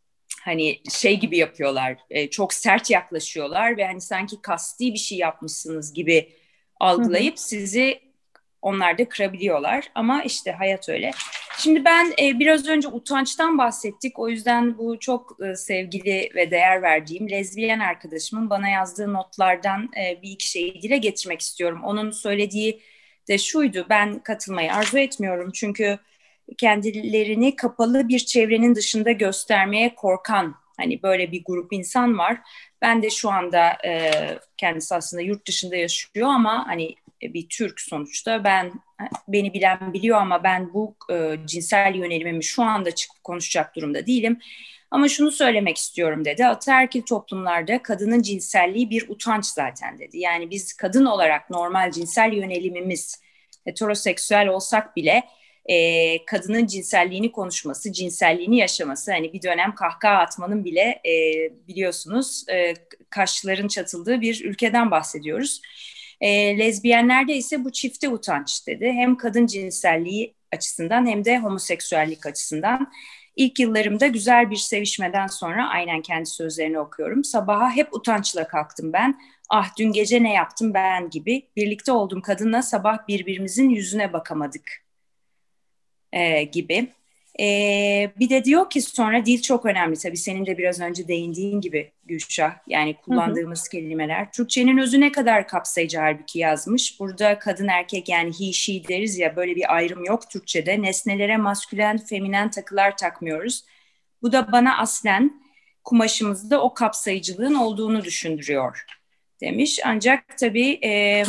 hani şey gibi yapıyorlar, e, çok sert yaklaşıyorlar ve hani sanki kasti bir şey yapmışsınız gibi Hı hı. algılayıp sizi onlar da kırabiliyorlar. Ama işte hayat öyle. Şimdi ben e, biraz önce utançtan bahsettik. O yüzden bu çok e, sevgili ve değer verdiğim lezbiyen arkadaşımın bana yazdığı notlardan e, bir iki şeyi dile getirmek istiyorum. Onun söylediği de şuydu: ben katılmayı arzu etmiyorum çünkü kendilerini kapalı bir çevrenin dışında göstermeye korkan hani böyle bir grup insan var. Ben de şu anda e, kendisi aslında yurt dışında yaşıyor ama hani bir Türk sonuçta. Ben, beni bilen biliyor ama ben bu e, cinsel yönelimimi şu anda çıkıp konuşacak durumda değilim. Ama şunu söylemek istiyorum dedi. Ataerkil toplumlarda kadının cinselliği bir utanç zaten dedi. Yani biz kadın olarak normal cinsel yönelimimiz heteroseksüel olsak bile e, kadının cinselliğini konuşması, cinselliğini yaşaması, hani bir dönem kahkaha atmanın bile e, biliyorsunuz e, kaşların çatıldığı bir ülkeden bahsediyoruz. E, lezbiyenlerde ise bu çifte utanç dedi. Hem kadın cinselliği açısından hem de homoseksüellik açısından. İlk yıllarımda güzel bir sevişmeden sonra, aynen kendi sözlerini okuyorum, sabaha hep utançla kalktım ben. Ah, dün gece ne yaptım ben gibi. Birlikte olduğum kadınla sabah birbirimizin yüzüne bakamadık e, gibi. E, bir de diyor ki sonra dil çok önemli tabii, senin de biraz önce değindiğin gibi Gülşah. Yani Hı hı. kullandığımız kelimeler. Türkçenin özü ne kadar kapsayıcı halbuki yazmış. Burada kadın erkek, yani he she deriz ya, böyle bir ayrım yok Türkçe'de. Nesnelere maskülen feminen takılar takmıyoruz. Bu da bana aslen kumaşımızda o kapsayıcılığın olduğunu düşündürüyor demiş. Ancak tabii e,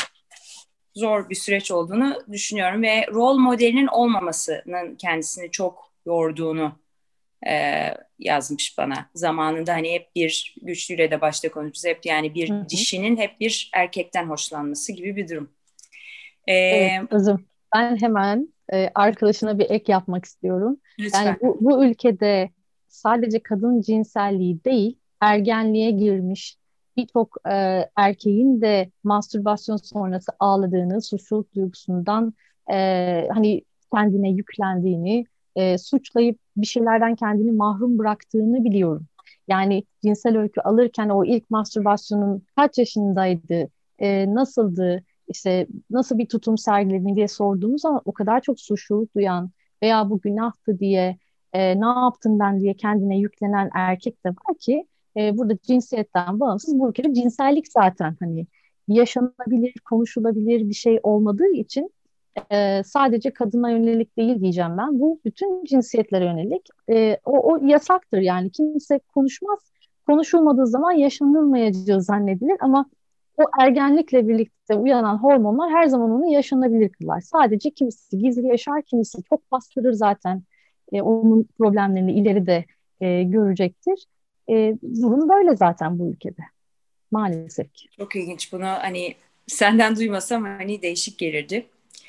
zor bir süreç olduğunu düşünüyorum ve rol modelinin olmamasının kendisini çok yorduğunu e, yazmış bana. Zamanında hani hep bir güçlüyle de başta konuşuyoruz. Hep yani bir hı hı. dişinin hep bir erkekten hoşlanması gibi bir durum. Ee, evet Özüm. Ben hemen e, arkadaşına bir ek yapmak istiyorum. Lütfen. Yani bu, bu ülkede sadece kadın cinselliği değil, ergenliğe girmiş birçok e, erkeğin de mastürbasyon sonrası ağladığını, suçluluk duygusundan e, hani kendine yüklendiğini, e, suçlayıp bir şeylerden kendini mahrum bıraktığını biliyorum. Yani cinsel öykü alırken o ilk mastürbasyonun kaç yaşındaydı, e, nasıldı, işte nasıl bir tutum sergiledin diye sorduğumuz zaman o kadar çok suçluluk duyan veya bu günahtı diye e, ne yaptım ben diye kendine yüklenen erkek de var ki e, burada cinsiyetten bağımsız bu ülkede cinsellik zaten hani yaşanabilir, konuşulabilir bir şey olmadığı için e, sadece kadına yönelik değil diyeceğim ben. Bu bütün cinsiyetlere yönelik. E, o, o yasaktır yani kimse konuşmaz. Konuşulmadığı zaman yaşanılmayacağı zannedilir ama o ergenlikle birlikte uyanan hormonlar her zaman onu yaşanabilir kılar. Sadece kimisi gizli yaşar, kimisi çok bastırır zaten. E, onun problemlerini ileride e, görecektir. E, durum böyle zaten bu ülkede. Maalesef ki. Çok ilginç. Bunu hani senden duymasam hani değişik gelirdi.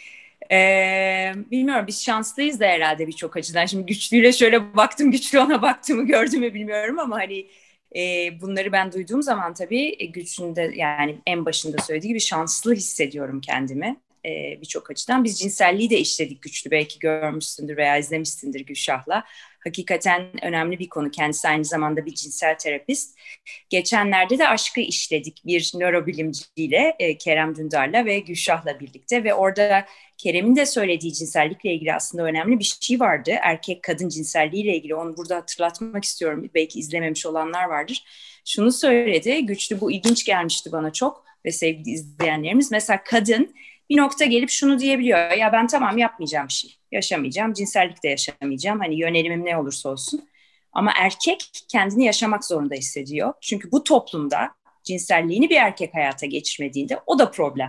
Ee, bilmiyorum, biz şanslıyız da herhalde birçok açıdan. Şimdi güçlüyle şöyle baktım, güçlü ona baktığımı gördüm mü bilmiyorum ama hani e, bunları ben duyduğum zaman tabii e, güçlünün de yani en başında söylediği gibi şanslı hissediyorum kendimi e, birçok açıdan. Biz cinselliği de işledik güçlü, belki görmüşsündür veya izlemişsindir Gülşah'la. Hakikaten önemli bir konu. Kendisi aynı zamanda bir cinsel terapist. Geçenlerde de aşkı işledik bir nörobilimciyle, e, Kerem Dündar'la ve Gülşah'la birlikte ve orada Kerem'in de söylediği cinsellikle ilgili aslında önemli bir şey vardı. Erkek kadın cinselliğiyle ilgili, onu burada hatırlatmak istiyorum. Belki izlememiş olanlar vardır. Şunu söyledi, güçlü, bu ilginç gelmişti bana çok ve sevgili izleyenlerimiz. Mesela kadın bir nokta gelip şunu diyebiliyor. Ya ben tamam yapmayacağım bir şey. Yaşamayacağım, cinsellik de yaşamayacağım. Hani yönelimim ne olursa olsun. Ama erkek kendini yaşamak zorunda hissediyor. Çünkü bu toplumda cinselliğini bir erkek hayata geçirmediğinde o da problem.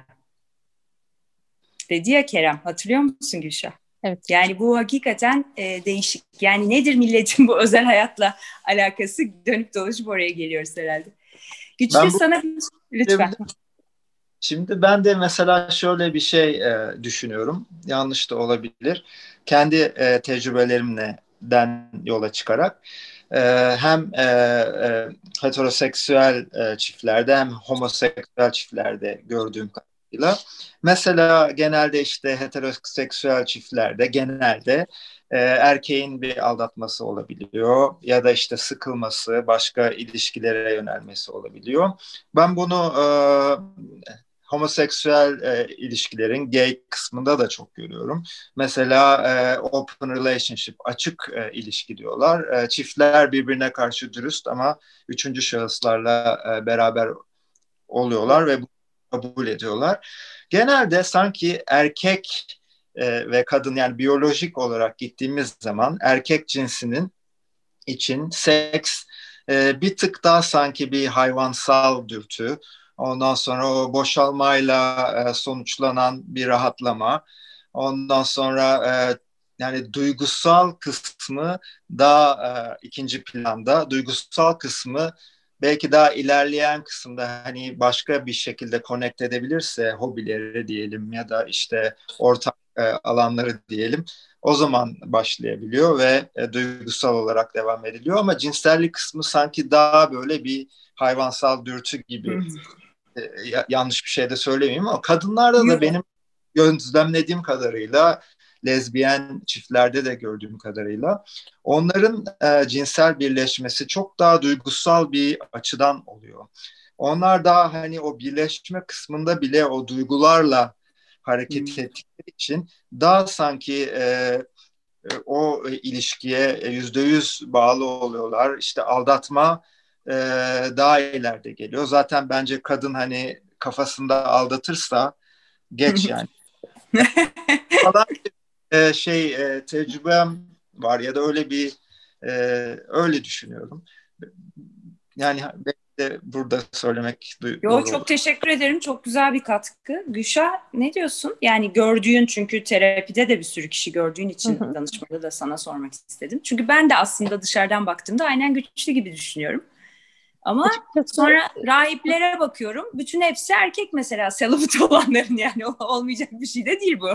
Dedi ya Kerem, hatırlıyor musun Gülşah? Evet. Yani bu hakikaten e, değişik. Yani nedir milletin bu özel hayatla alakası? Dönüp dolaşıp oraya geliyoruz herhalde. Güçlü bu, sana bir... Lütfen. Şimdi ben de mesela şöyle bir şey e, düşünüyorum. Yanlış da olabilir. Kendi e, tecrübelerimden yola çıkarak e, hem e, e, heteroseksüel e, çiftlerde hem homoseksüel çiftlerde gördüğüm kadarıyla. Mesela genelde işte heteroseksüel çiftlerde genelde e, erkeğin bir aldatması olabiliyor ya da işte sıkılması, başka ilişkilere yönelmesi olabiliyor. Ben bunu e, homoseksüel e, ilişkilerin gay kısmında da çok görüyorum. Mesela e, open relationship, açık e, ilişki diyorlar. E, çiftler birbirine karşı dürüst ama üçüncü şahıslarla e, beraber oluyorlar ve bunu kabul ediyorlar. Genelde sanki erkek e, ve kadın, yani biyolojik olarak gittiğimiz zaman erkek cinsinin için seks e, bir tık daha sanki bir hayvansal dürtü. Ondan sonra o boşalmayla e, sonuçlanan bir rahatlama. Ondan sonra e, yani duygusal kısmı daha e, ikinci planda. Duygusal kısmı belki daha ilerleyen kısımda hani başka bir şekilde connect edebilirse hobileri diyelim ya da işte ortak e, alanları diyelim. O zaman başlayabiliyor ve e, duygusal olarak devam ediliyor ama cinsellik kısmı sanki daha böyle bir hayvansal dürtü gibi. E, yanlış bir şey de söylemeyeyim ama kadınlarda da benim gözlemlediğim kadarıyla, lezbiyen çiftlerde de gördüğüm kadarıyla onların e, cinsel birleşmesi çok daha duygusal bir açıdan oluyor. Onlar daha hani o birleşme kısmında bile o duygularla hareket hmm. ettikleri için daha sanki e, o ilişkiye yüzde yüz bağlı oluyorlar. İşte aldatma e, daha ileride geliyor. Zaten bence kadın hani kafasında aldatırsa geç yani. Falan e, şey e, tecrübem var ya da öyle bir e, öyle düşünüyorum. Yani belki de burada söylemek Yo, doğru çok olur. teşekkür ederim. Çok güzel bir katkı. Gülşah, ne diyorsun? Yani gördüğün, çünkü terapide de bir sürü kişi gördüğün Hı için hı. danışmada da sana sormak istedim. Çünkü ben de aslında dışarıdan baktığımda aynen güçlü gibi düşünüyorum. Ama Açıkçası sonra rahiplere bakıyorum. Bütün hepsi erkek mesela, celibate olanların, yani olmayacak bir şey de değil bu.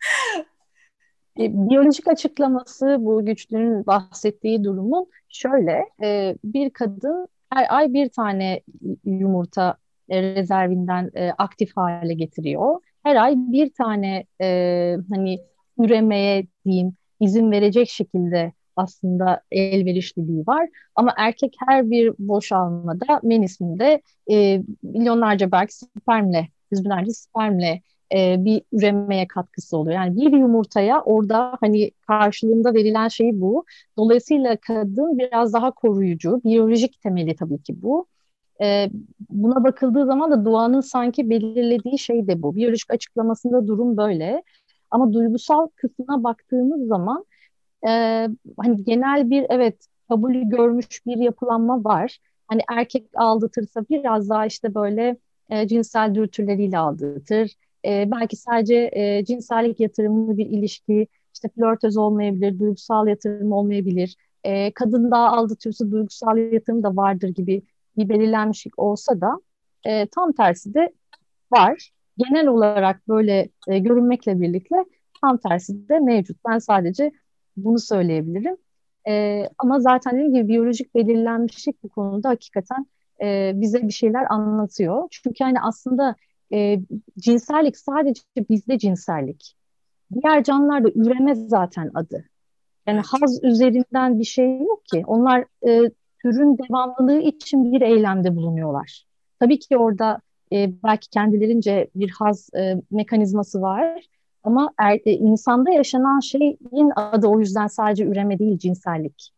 E, biyolojik açıklaması bu güçlünün bahsettiği durumun şöyle: e, bir kadın her ay bir tane yumurta e, rezervinden e, aktif hale getiriyor. Her ay bir tane e, hani üremeye diyeyim izin verecek şekilde aslında elverişliliği var. Ama erkek her bir boşalmada menisinde e, milyonlarca belki spermle, yüz binlerce spermle e, bir üremeye katkısı oluyor. Yani bir yumurtaya orada hani karşılığında verilen şey bu. Dolayısıyla kadın biraz daha koruyucu, biyolojik temeli tabii ki bu. E, Buna bakıldığı zaman da doğanın sanki belirlediği şey de bu. Biyolojik açıklamasında durum böyle. Ama duygusal kısmına baktığımız zaman e, hani genel bir, evet, kabul görmüş bir yapılanma var. Hani erkek aldatırsa biraz daha işte böyle e, cinsel dürtüleriyle aldatır. E, belki sadece e, cinsellik yatırımlı bir ilişki, işte flörtöz olmayabilir, duygusal yatırım olmayabilir. E, kadın daha aldatıyorsa duygusal yatırım da vardır gibi bir belirlenmişlik olsa da e, tam tersi de var. Genel olarak böyle e, görünmekle birlikte tam tersi de mevcut. Ben sadece bunu söyleyebilirim. E, ama zaten dediğim gibi biyolojik belirlenmişlik bu konuda hakikaten e, bize bir şeyler anlatıyor. Çünkü hani aslında e, cinsellik sadece bizde cinsellik. Diğer canlılarda üreme zaten adı. Yani Evet. haz üzerinden bir şey yok ki. Onlar e, türün devamlılığı için bir eylemde bulunuyorlar. Tabii ki orada e, belki kendilerince bir haz e, mekanizması var. Ama er, e, insanda yaşanan şeyin adı o yüzden sadece üreme değil, cinsellik.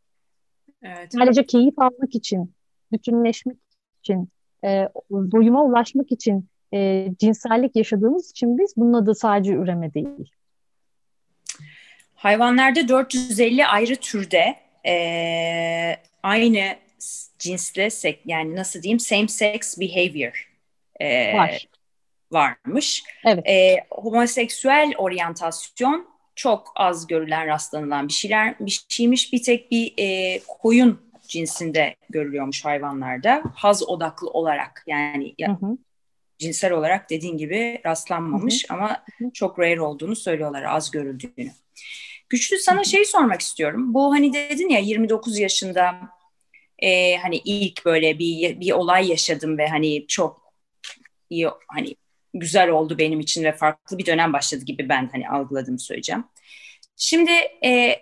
Evet. Sadece keyif almak için, bütünleşmek için, e, doyuma ulaşmak için e, cinsellik yaşadığımız için biz bunun adı sadece üreme değil. Hayvanlarda dört yüz elli ayrı türde e, aynı cinsle, yani nasıl diyeyim, same sex behavior e, Var. varmış. Evet. E, homoseksüel oryantasyon çok az görülen, rastlanılan bir şeyler bir şeymiş. Bir tek bir e, koyun cinsinde görülüyormuş hayvanlarda. Haz odaklı olarak, yani Hı ya, hı, cinsel olarak dediğin gibi hı hı, rastlanmamış ama hı çok rare olduğunu söylüyorlar, az görüldüğünü. Güçlü, hı, sana şey sormak istiyorum. Bu hani dedin ya, yirmi dokuz yaşında e, hani ilk böyle bir bir olay yaşadım ve hani çok iyi, hani güzel oldu benim için ve farklı bir dönem başladı gibi ben hani algıladığımı söyleyeceğim. Şimdi e,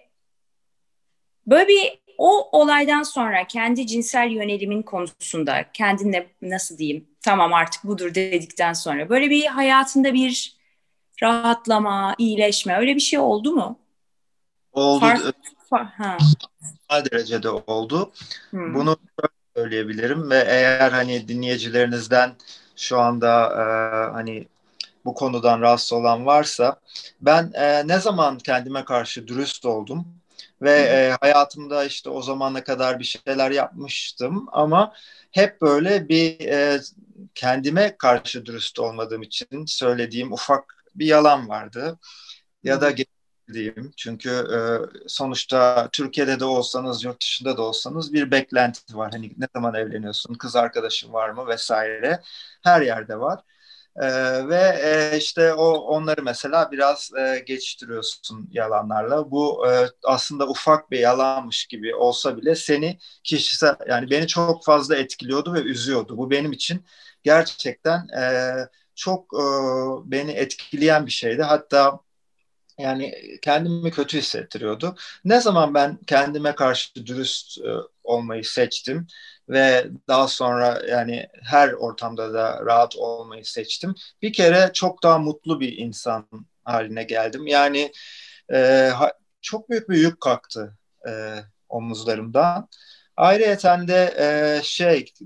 böyle bir o olaydan sonra kendi cinsel yönelimin konusunda kendinle nasıl diyeyim, tamam artık budur dedikten sonra böyle bir hayatında bir rahatlama, iyileşme, öyle bir şey oldu mu? Fark, Oldu, fa- ha. normal derecede oldu. Hı. Bunu şöyle söyleyebilirim ve eğer hani dinleyicilerinizden şu anda e, hani bu konudan rahatsız olan varsa, ben e, ne zaman kendime karşı dürüst oldum ve Hı hı. e, hayatımda işte o zamana kadar bir şeyler yapmıştım ama hep böyle bir e, kendime karşı dürüst olmadığım için söylediğim ufak bir yalan vardı ya da Hı. diyeyim. Çünkü e, sonuçta Türkiye'de de olsanız, yurt dışında da olsanız bir beklenti var. Hani ne zaman evleniyorsun, kız arkadaşın var mı vesaire. Her yerde var. E, ve e, işte o onları mesela biraz e, geçiştiriyorsun yalanlarla. Bu e, aslında ufak bir yalanmış gibi olsa bile seni kişisel, yani beni çok fazla etkiliyordu ve üzüyordu. Bu benim için gerçekten e, çok e, beni etkileyen bir şeydi. Hatta yani kendimi kötü hissettiriyordu. Ne zaman ben kendime karşı dürüst e, olmayı seçtim ve daha sonra yani her ortamda da rahat olmayı seçtim. Bir kere çok daha mutlu bir insan haline geldim. Yani e, ha, çok büyük bir yük kalktı e, omuzlarımdan. Ayrıyeten de e, şey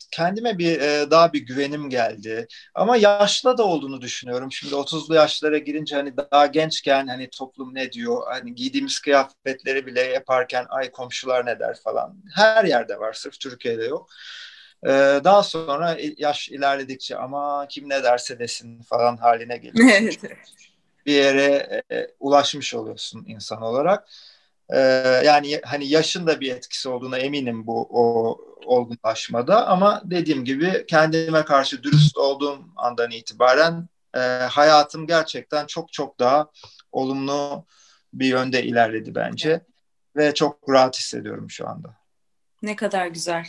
kendime bir e, daha bir güvenim geldi. Ama yaşlı da olduğunu düşünüyorum. Şimdi otuzlu yaşlara girince hani daha gençken hani toplum ne diyor? Hani giydiğimiz kıyafetleri bile yaparken ay komşular ne der falan. Her yerde var, sırf Türkiye'de yok. E, daha sonra yaş ilerledikçe ama kim ne derse desin falan haline geliyorsun. Evet. Bir yere e, ulaşmış oluyorsun insan olarak. Ee, yani hani yaşın da bir etkisi olduğuna eminim bu o olgunlaşmada, ama dediğim gibi kendime karşı dürüst olduğum andan itibaren e, hayatım gerçekten çok çok daha olumlu bir yönde ilerledi bence ve çok rahat hissediyorum şu anda. Ne kadar güzel.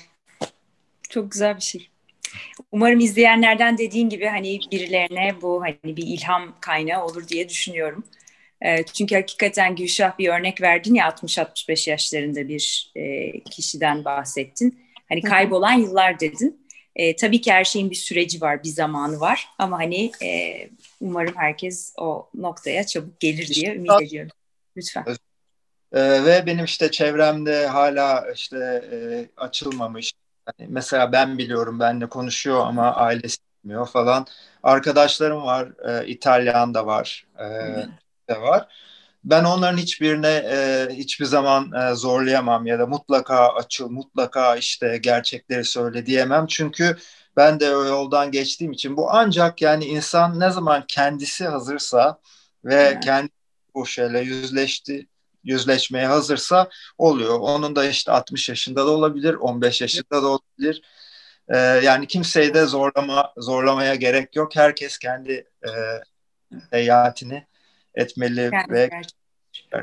Çok güzel bir şey. Umarım izleyenlerden dediğin gibi hani birilerine bu hani bir ilham kaynağı olur diye düşünüyorum. E, çünkü hakikaten Gülşah, bir örnek verdin ya, altmış altmış beş yaşlarında bir e, kişiden bahsettin. Hani kaybolan yıllar dedin. E, tabii ki her şeyin bir süreci var, bir zamanı var. Ama hani e, umarım herkes o noktaya çabuk gelir diye ümit ediyorum. Lütfen. Ee, ve benim işte çevremde hala işte e, açılmamış. Hani mesela ben biliyorum, benle konuşuyor ama ailesi bilmiyor falan. Arkadaşlarım var, e, İtalyan da var, e, de var. Ben onların hiçbirine e, hiçbir zaman e, zorlayamam ya da mutlaka açıl, mutlaka işte gerçekleri söyle diyemem. Çünkü ben de o yoldan geçtiğim için bu ancak yani insan ne zaman kendisi hazırsa ve kendi bu şeyle yüzleşti yüzleşmeye hazırsa oluyor. Onun da işte altmış yaşında da olabilir, on beş yaşında da olabilir. Ee, yani kimseyi de zorlama zorlamaya gerek yok. Herkes kendi e, seyahatini etmeli Yani ve gerçekten.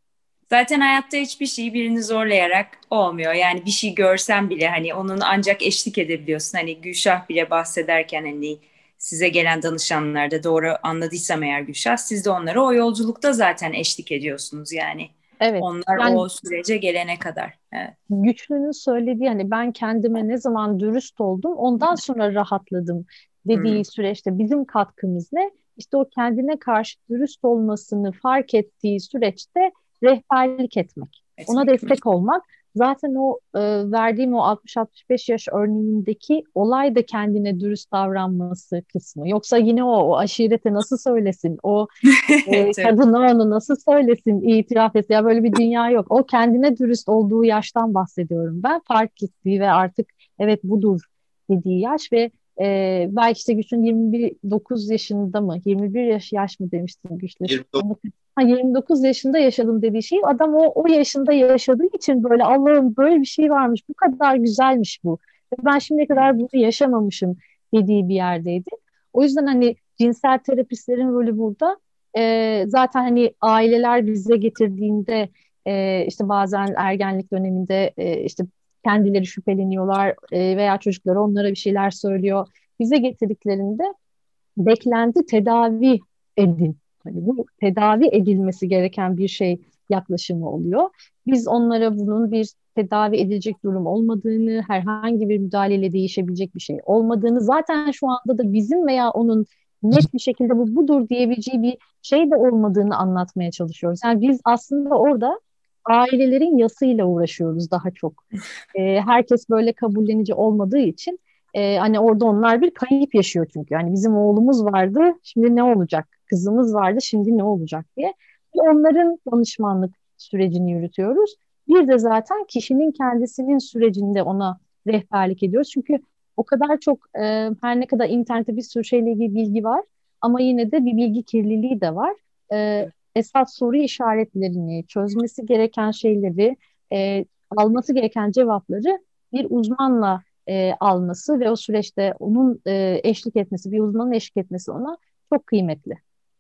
Zaten hayatta hiçbir şeyi birini zorlayarak olmuyor. Yani bir şey görsen bile hani onun ancak eşlik edebiliyorsun. Hani Gülşah bile bahsederken hani size gelen danışanlarda, doğru anladıysam eğer Gülşah, siz de onlara o yolculukta zaten eşlik ediyorsunuz yani. Evet. Onlar Yani o sürece gelene kadar. Evet. Güçlü'nün söylediği hani ben kendime ne zaman dürüst oldum ondan sonra rahatladım Hı-hı. dediği süreçte bizim katkımız ne? İşte o kendine karşı dürüst olmasını fark ettiği süreçte rehberlik etmek, ona Etmek mi? destek olmak. Zaten o e, verdiğim o altmış altmış beş yaş örneğindeki olay da kendine dürüst davranması kısmı. Yoksa yine o, o aşirete nasıl söylesin, o e, Evet. kadına onu nasıl söylesin, itiraf etsin. Ya böyle bir dünya yok. O kendine dürüst olduğu yaştan bahsediyorum ben. Fark ettiği ve artık evet budur dediği yaş ve e, belki işte Güçlü'nün yirmi dokuz yaşında mı, yirmi bir yaş, yaş mı demiştim Güçlü? yirmi dokuz Onu- Ha, yirmi dokuz yaşında yaşadım dediği şey. Adam o, o yaşında yaşadığı için böyle Allah'ım böyle bir şey varmış, bu kadar güzelmiş bu. Ve ben şimdiye kadar bunu yaşamamışım dediği bir yerdeydi. O yüzden hani cinsel terapistlerin rolü burada e, zaten hani aileler bize getirdiğinde e, işte bazen ergenlik döneminde e, işte kendileri şüpheleniyorlar e, veya çocukları onlara bir şeyler söylüyor. Bize getirdiklerinde beklenti tedavi edin. Hani bu tedavi edilmesi gereken bir şey yaklaşımı oluyor. Biz onlara bunun bir tedavi edilecek durum olmadığını, herhangi bir müdahaleyle değişebilecek bir şey olmadığını, zaten şu anda da bizim veya onun net bir şekilde bu budur diyebileceği bir şey de olmadığını anlatmaya çalışıyoruz. Yani biz aslında orada ailelerin yasıyla uğraşıyoruz daha çok. Ee, herkes böyle kabullenici olmadığı için ee, hani orada onlar bir kayıp yaşıyor çünkü. Yani bizim oğlumuz vardı, şimdi ne olacak? Kızımız vardı, şimdi ne olacak diye. Onların danışmanlık sürecini yürütüyoruz. Bir de zaten kişinin kendisinin sürecinde ona rehberlik ediyoruz. Çünkü o kadar çok e, her ne kadar internette bir sürü şeyle ilgili bilgi var ama yine de bir bilgi kirliliği de var. E, esas soru işaretlerini, çözmesi gereken şeyleri, e, alması gereken cevapları bir uzmanla e, alması ve o süreçte onun e, eşlik etmesi, bir uzmanın eşlik etmesi ona çok kıymetli.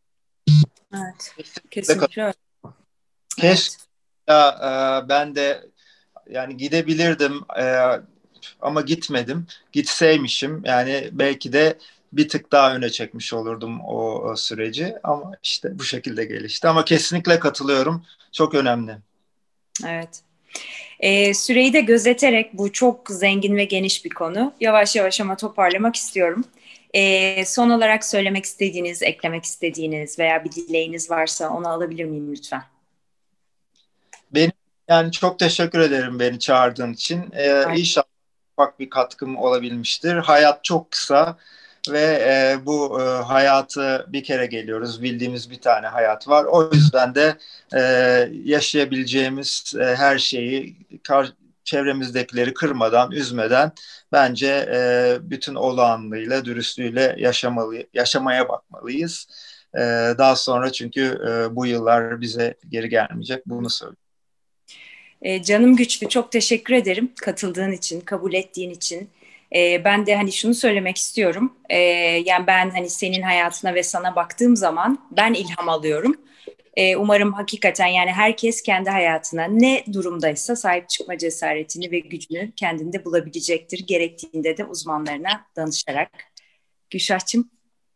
Evet. Kesinlikle. Kesinlikle öyle. Keşke Evet. ya, e, ben de yani gidebilirdim, e, ama gitmedim. Gitseymişim yani belki de bir tık daha öne çekmiş olurdum o, o süreci, ama işte bu şekilde gelişti. Ama kesinlikle katılıyorum. Çok önemli. Evet. Ee, süreyi de gözeterek, bu çok zengin ve geniş bir konu, yavaş yavaş ama toparlamak istiyorum. Ee, son olarak söylemek istediğiniz, eklemek istediğiniz veya bir dileğiniz varsa onu alabilir miyim lütfen? Benim yani çok teşekkür ederim beni çağırdığın için. Ee, Ay, inşallah ufak bir katkım olabilmiştir. Hayat çok kısa ve e, bu e, hayatı bir kere geliyoruz. Bildiğimiz bir tane hayat var. O yüzden de e, yaşayabileceğimiz e, her şeyi kar- çevremizdekileri kırmadan, üzmeden bence e, bütün olağanlığıyla, dürüstlüğüyle yaşamalı, yaşamaya bakmalıyız. E, daha sonra çünkü e, bu yıllar bize geri gelmeyecek. Bunu söylüyorum. E, canım Güçlü, çok teşekkür ederim katıldığın için, kabul ettiğin için. E, ben de hani şunu söylemek istiyorum. E, yani ben hani senin hayatına ve sana baktığım zaman ben ilham alıyorum. E, umarım hakikaten yani herkes kendi hayatına ne durumdaysa sahip çıkma cesaretini ve gücünü kendinde bulabilecektir. Gerektiğinde de uzmanlarına danışarak. Gülşah'cığım.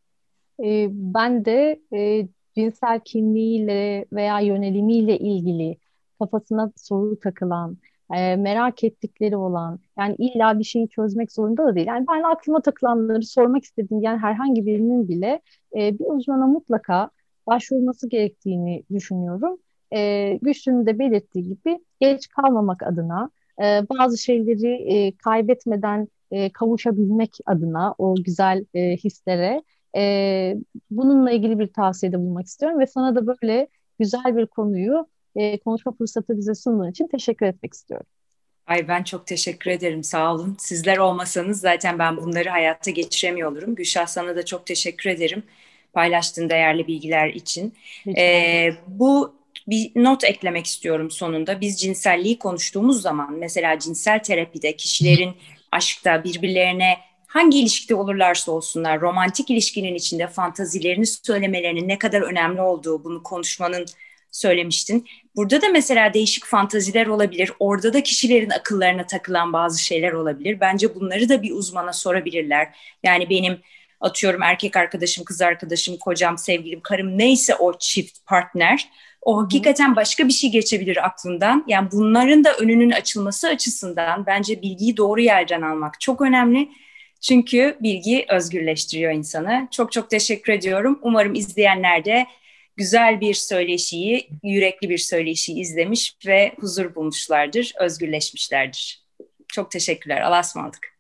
E, ben de e, cinsel kimliğiyle veya yönelimiyle ilgili kafasına soru takılan, e, merak ettikleri olan, yani illa bir şeyi çözmek zorunda da değil. Yani ben aklıma takılanları sormak istediğim yani herhangi birinin bile e, bir uzmana mutlaka başvurması gerektiğini düşünüyorum. E, Güçlü'nün de belirttiği gibi geç kalmamak adına, e, bazı şeyleri e, kaybetmeden e, kavuşabilmek adına o güzel e, hislere. Ee, Bununla ilgili bir tavsiyede bulunmak istiyorum ve sana da böyle güzel bir konuyu e, konuşma fırsatı bize sunduğun için teşekkür etmek istiyorum. Ay ben çok teşekkür ederim, sağ olun. Sizler olmasanız zaten ben bunları hayata geçiremiyor olurum. Gülşah, sana da çok teşekkür ederim paylaştığın değerli bilgiler için. Rica ederim. Ee, bu bir not eklemek istiyorum sonunda. Biz cinselliği konuştuğumuz zaman mesela cinsel terapide kişilerin aşkta birbirlerine hangi ilişkide olurlarsa olsunlar romantik ilişkinin içinde fantazilerini söylemelerinin ne kadar önemli olduğu, bunu konuşmanın söylemiştin. Burada da mesela değişik fantaziler olabilir. Orada da kişilerin akıllarına takılan bazı şeyler olabilir. Bence bunları da bir uzmana sorabilirler. Yani benim atıyorum erkek arkadaşım, kız arkadaşım, kocam, sevgilim, karım neyse o çift partner. O hakikaten başka bir şey geçebilir aklından. Yani bunların da önünün açılması açısından bence bilgiyi doğru yerden almak çok önemli. Çünkü bilgi özgürleştiriyor insanı. Çok çok teşekkür ediyorum. Umarım izleyenler de güzel bir söyleşiyi, yürekli bir söyleşiyi izlemiş ve huzur bulmuşlardır, özgürleşmişlerdir. Çok teşekkürler. Allah'a ısmarladık.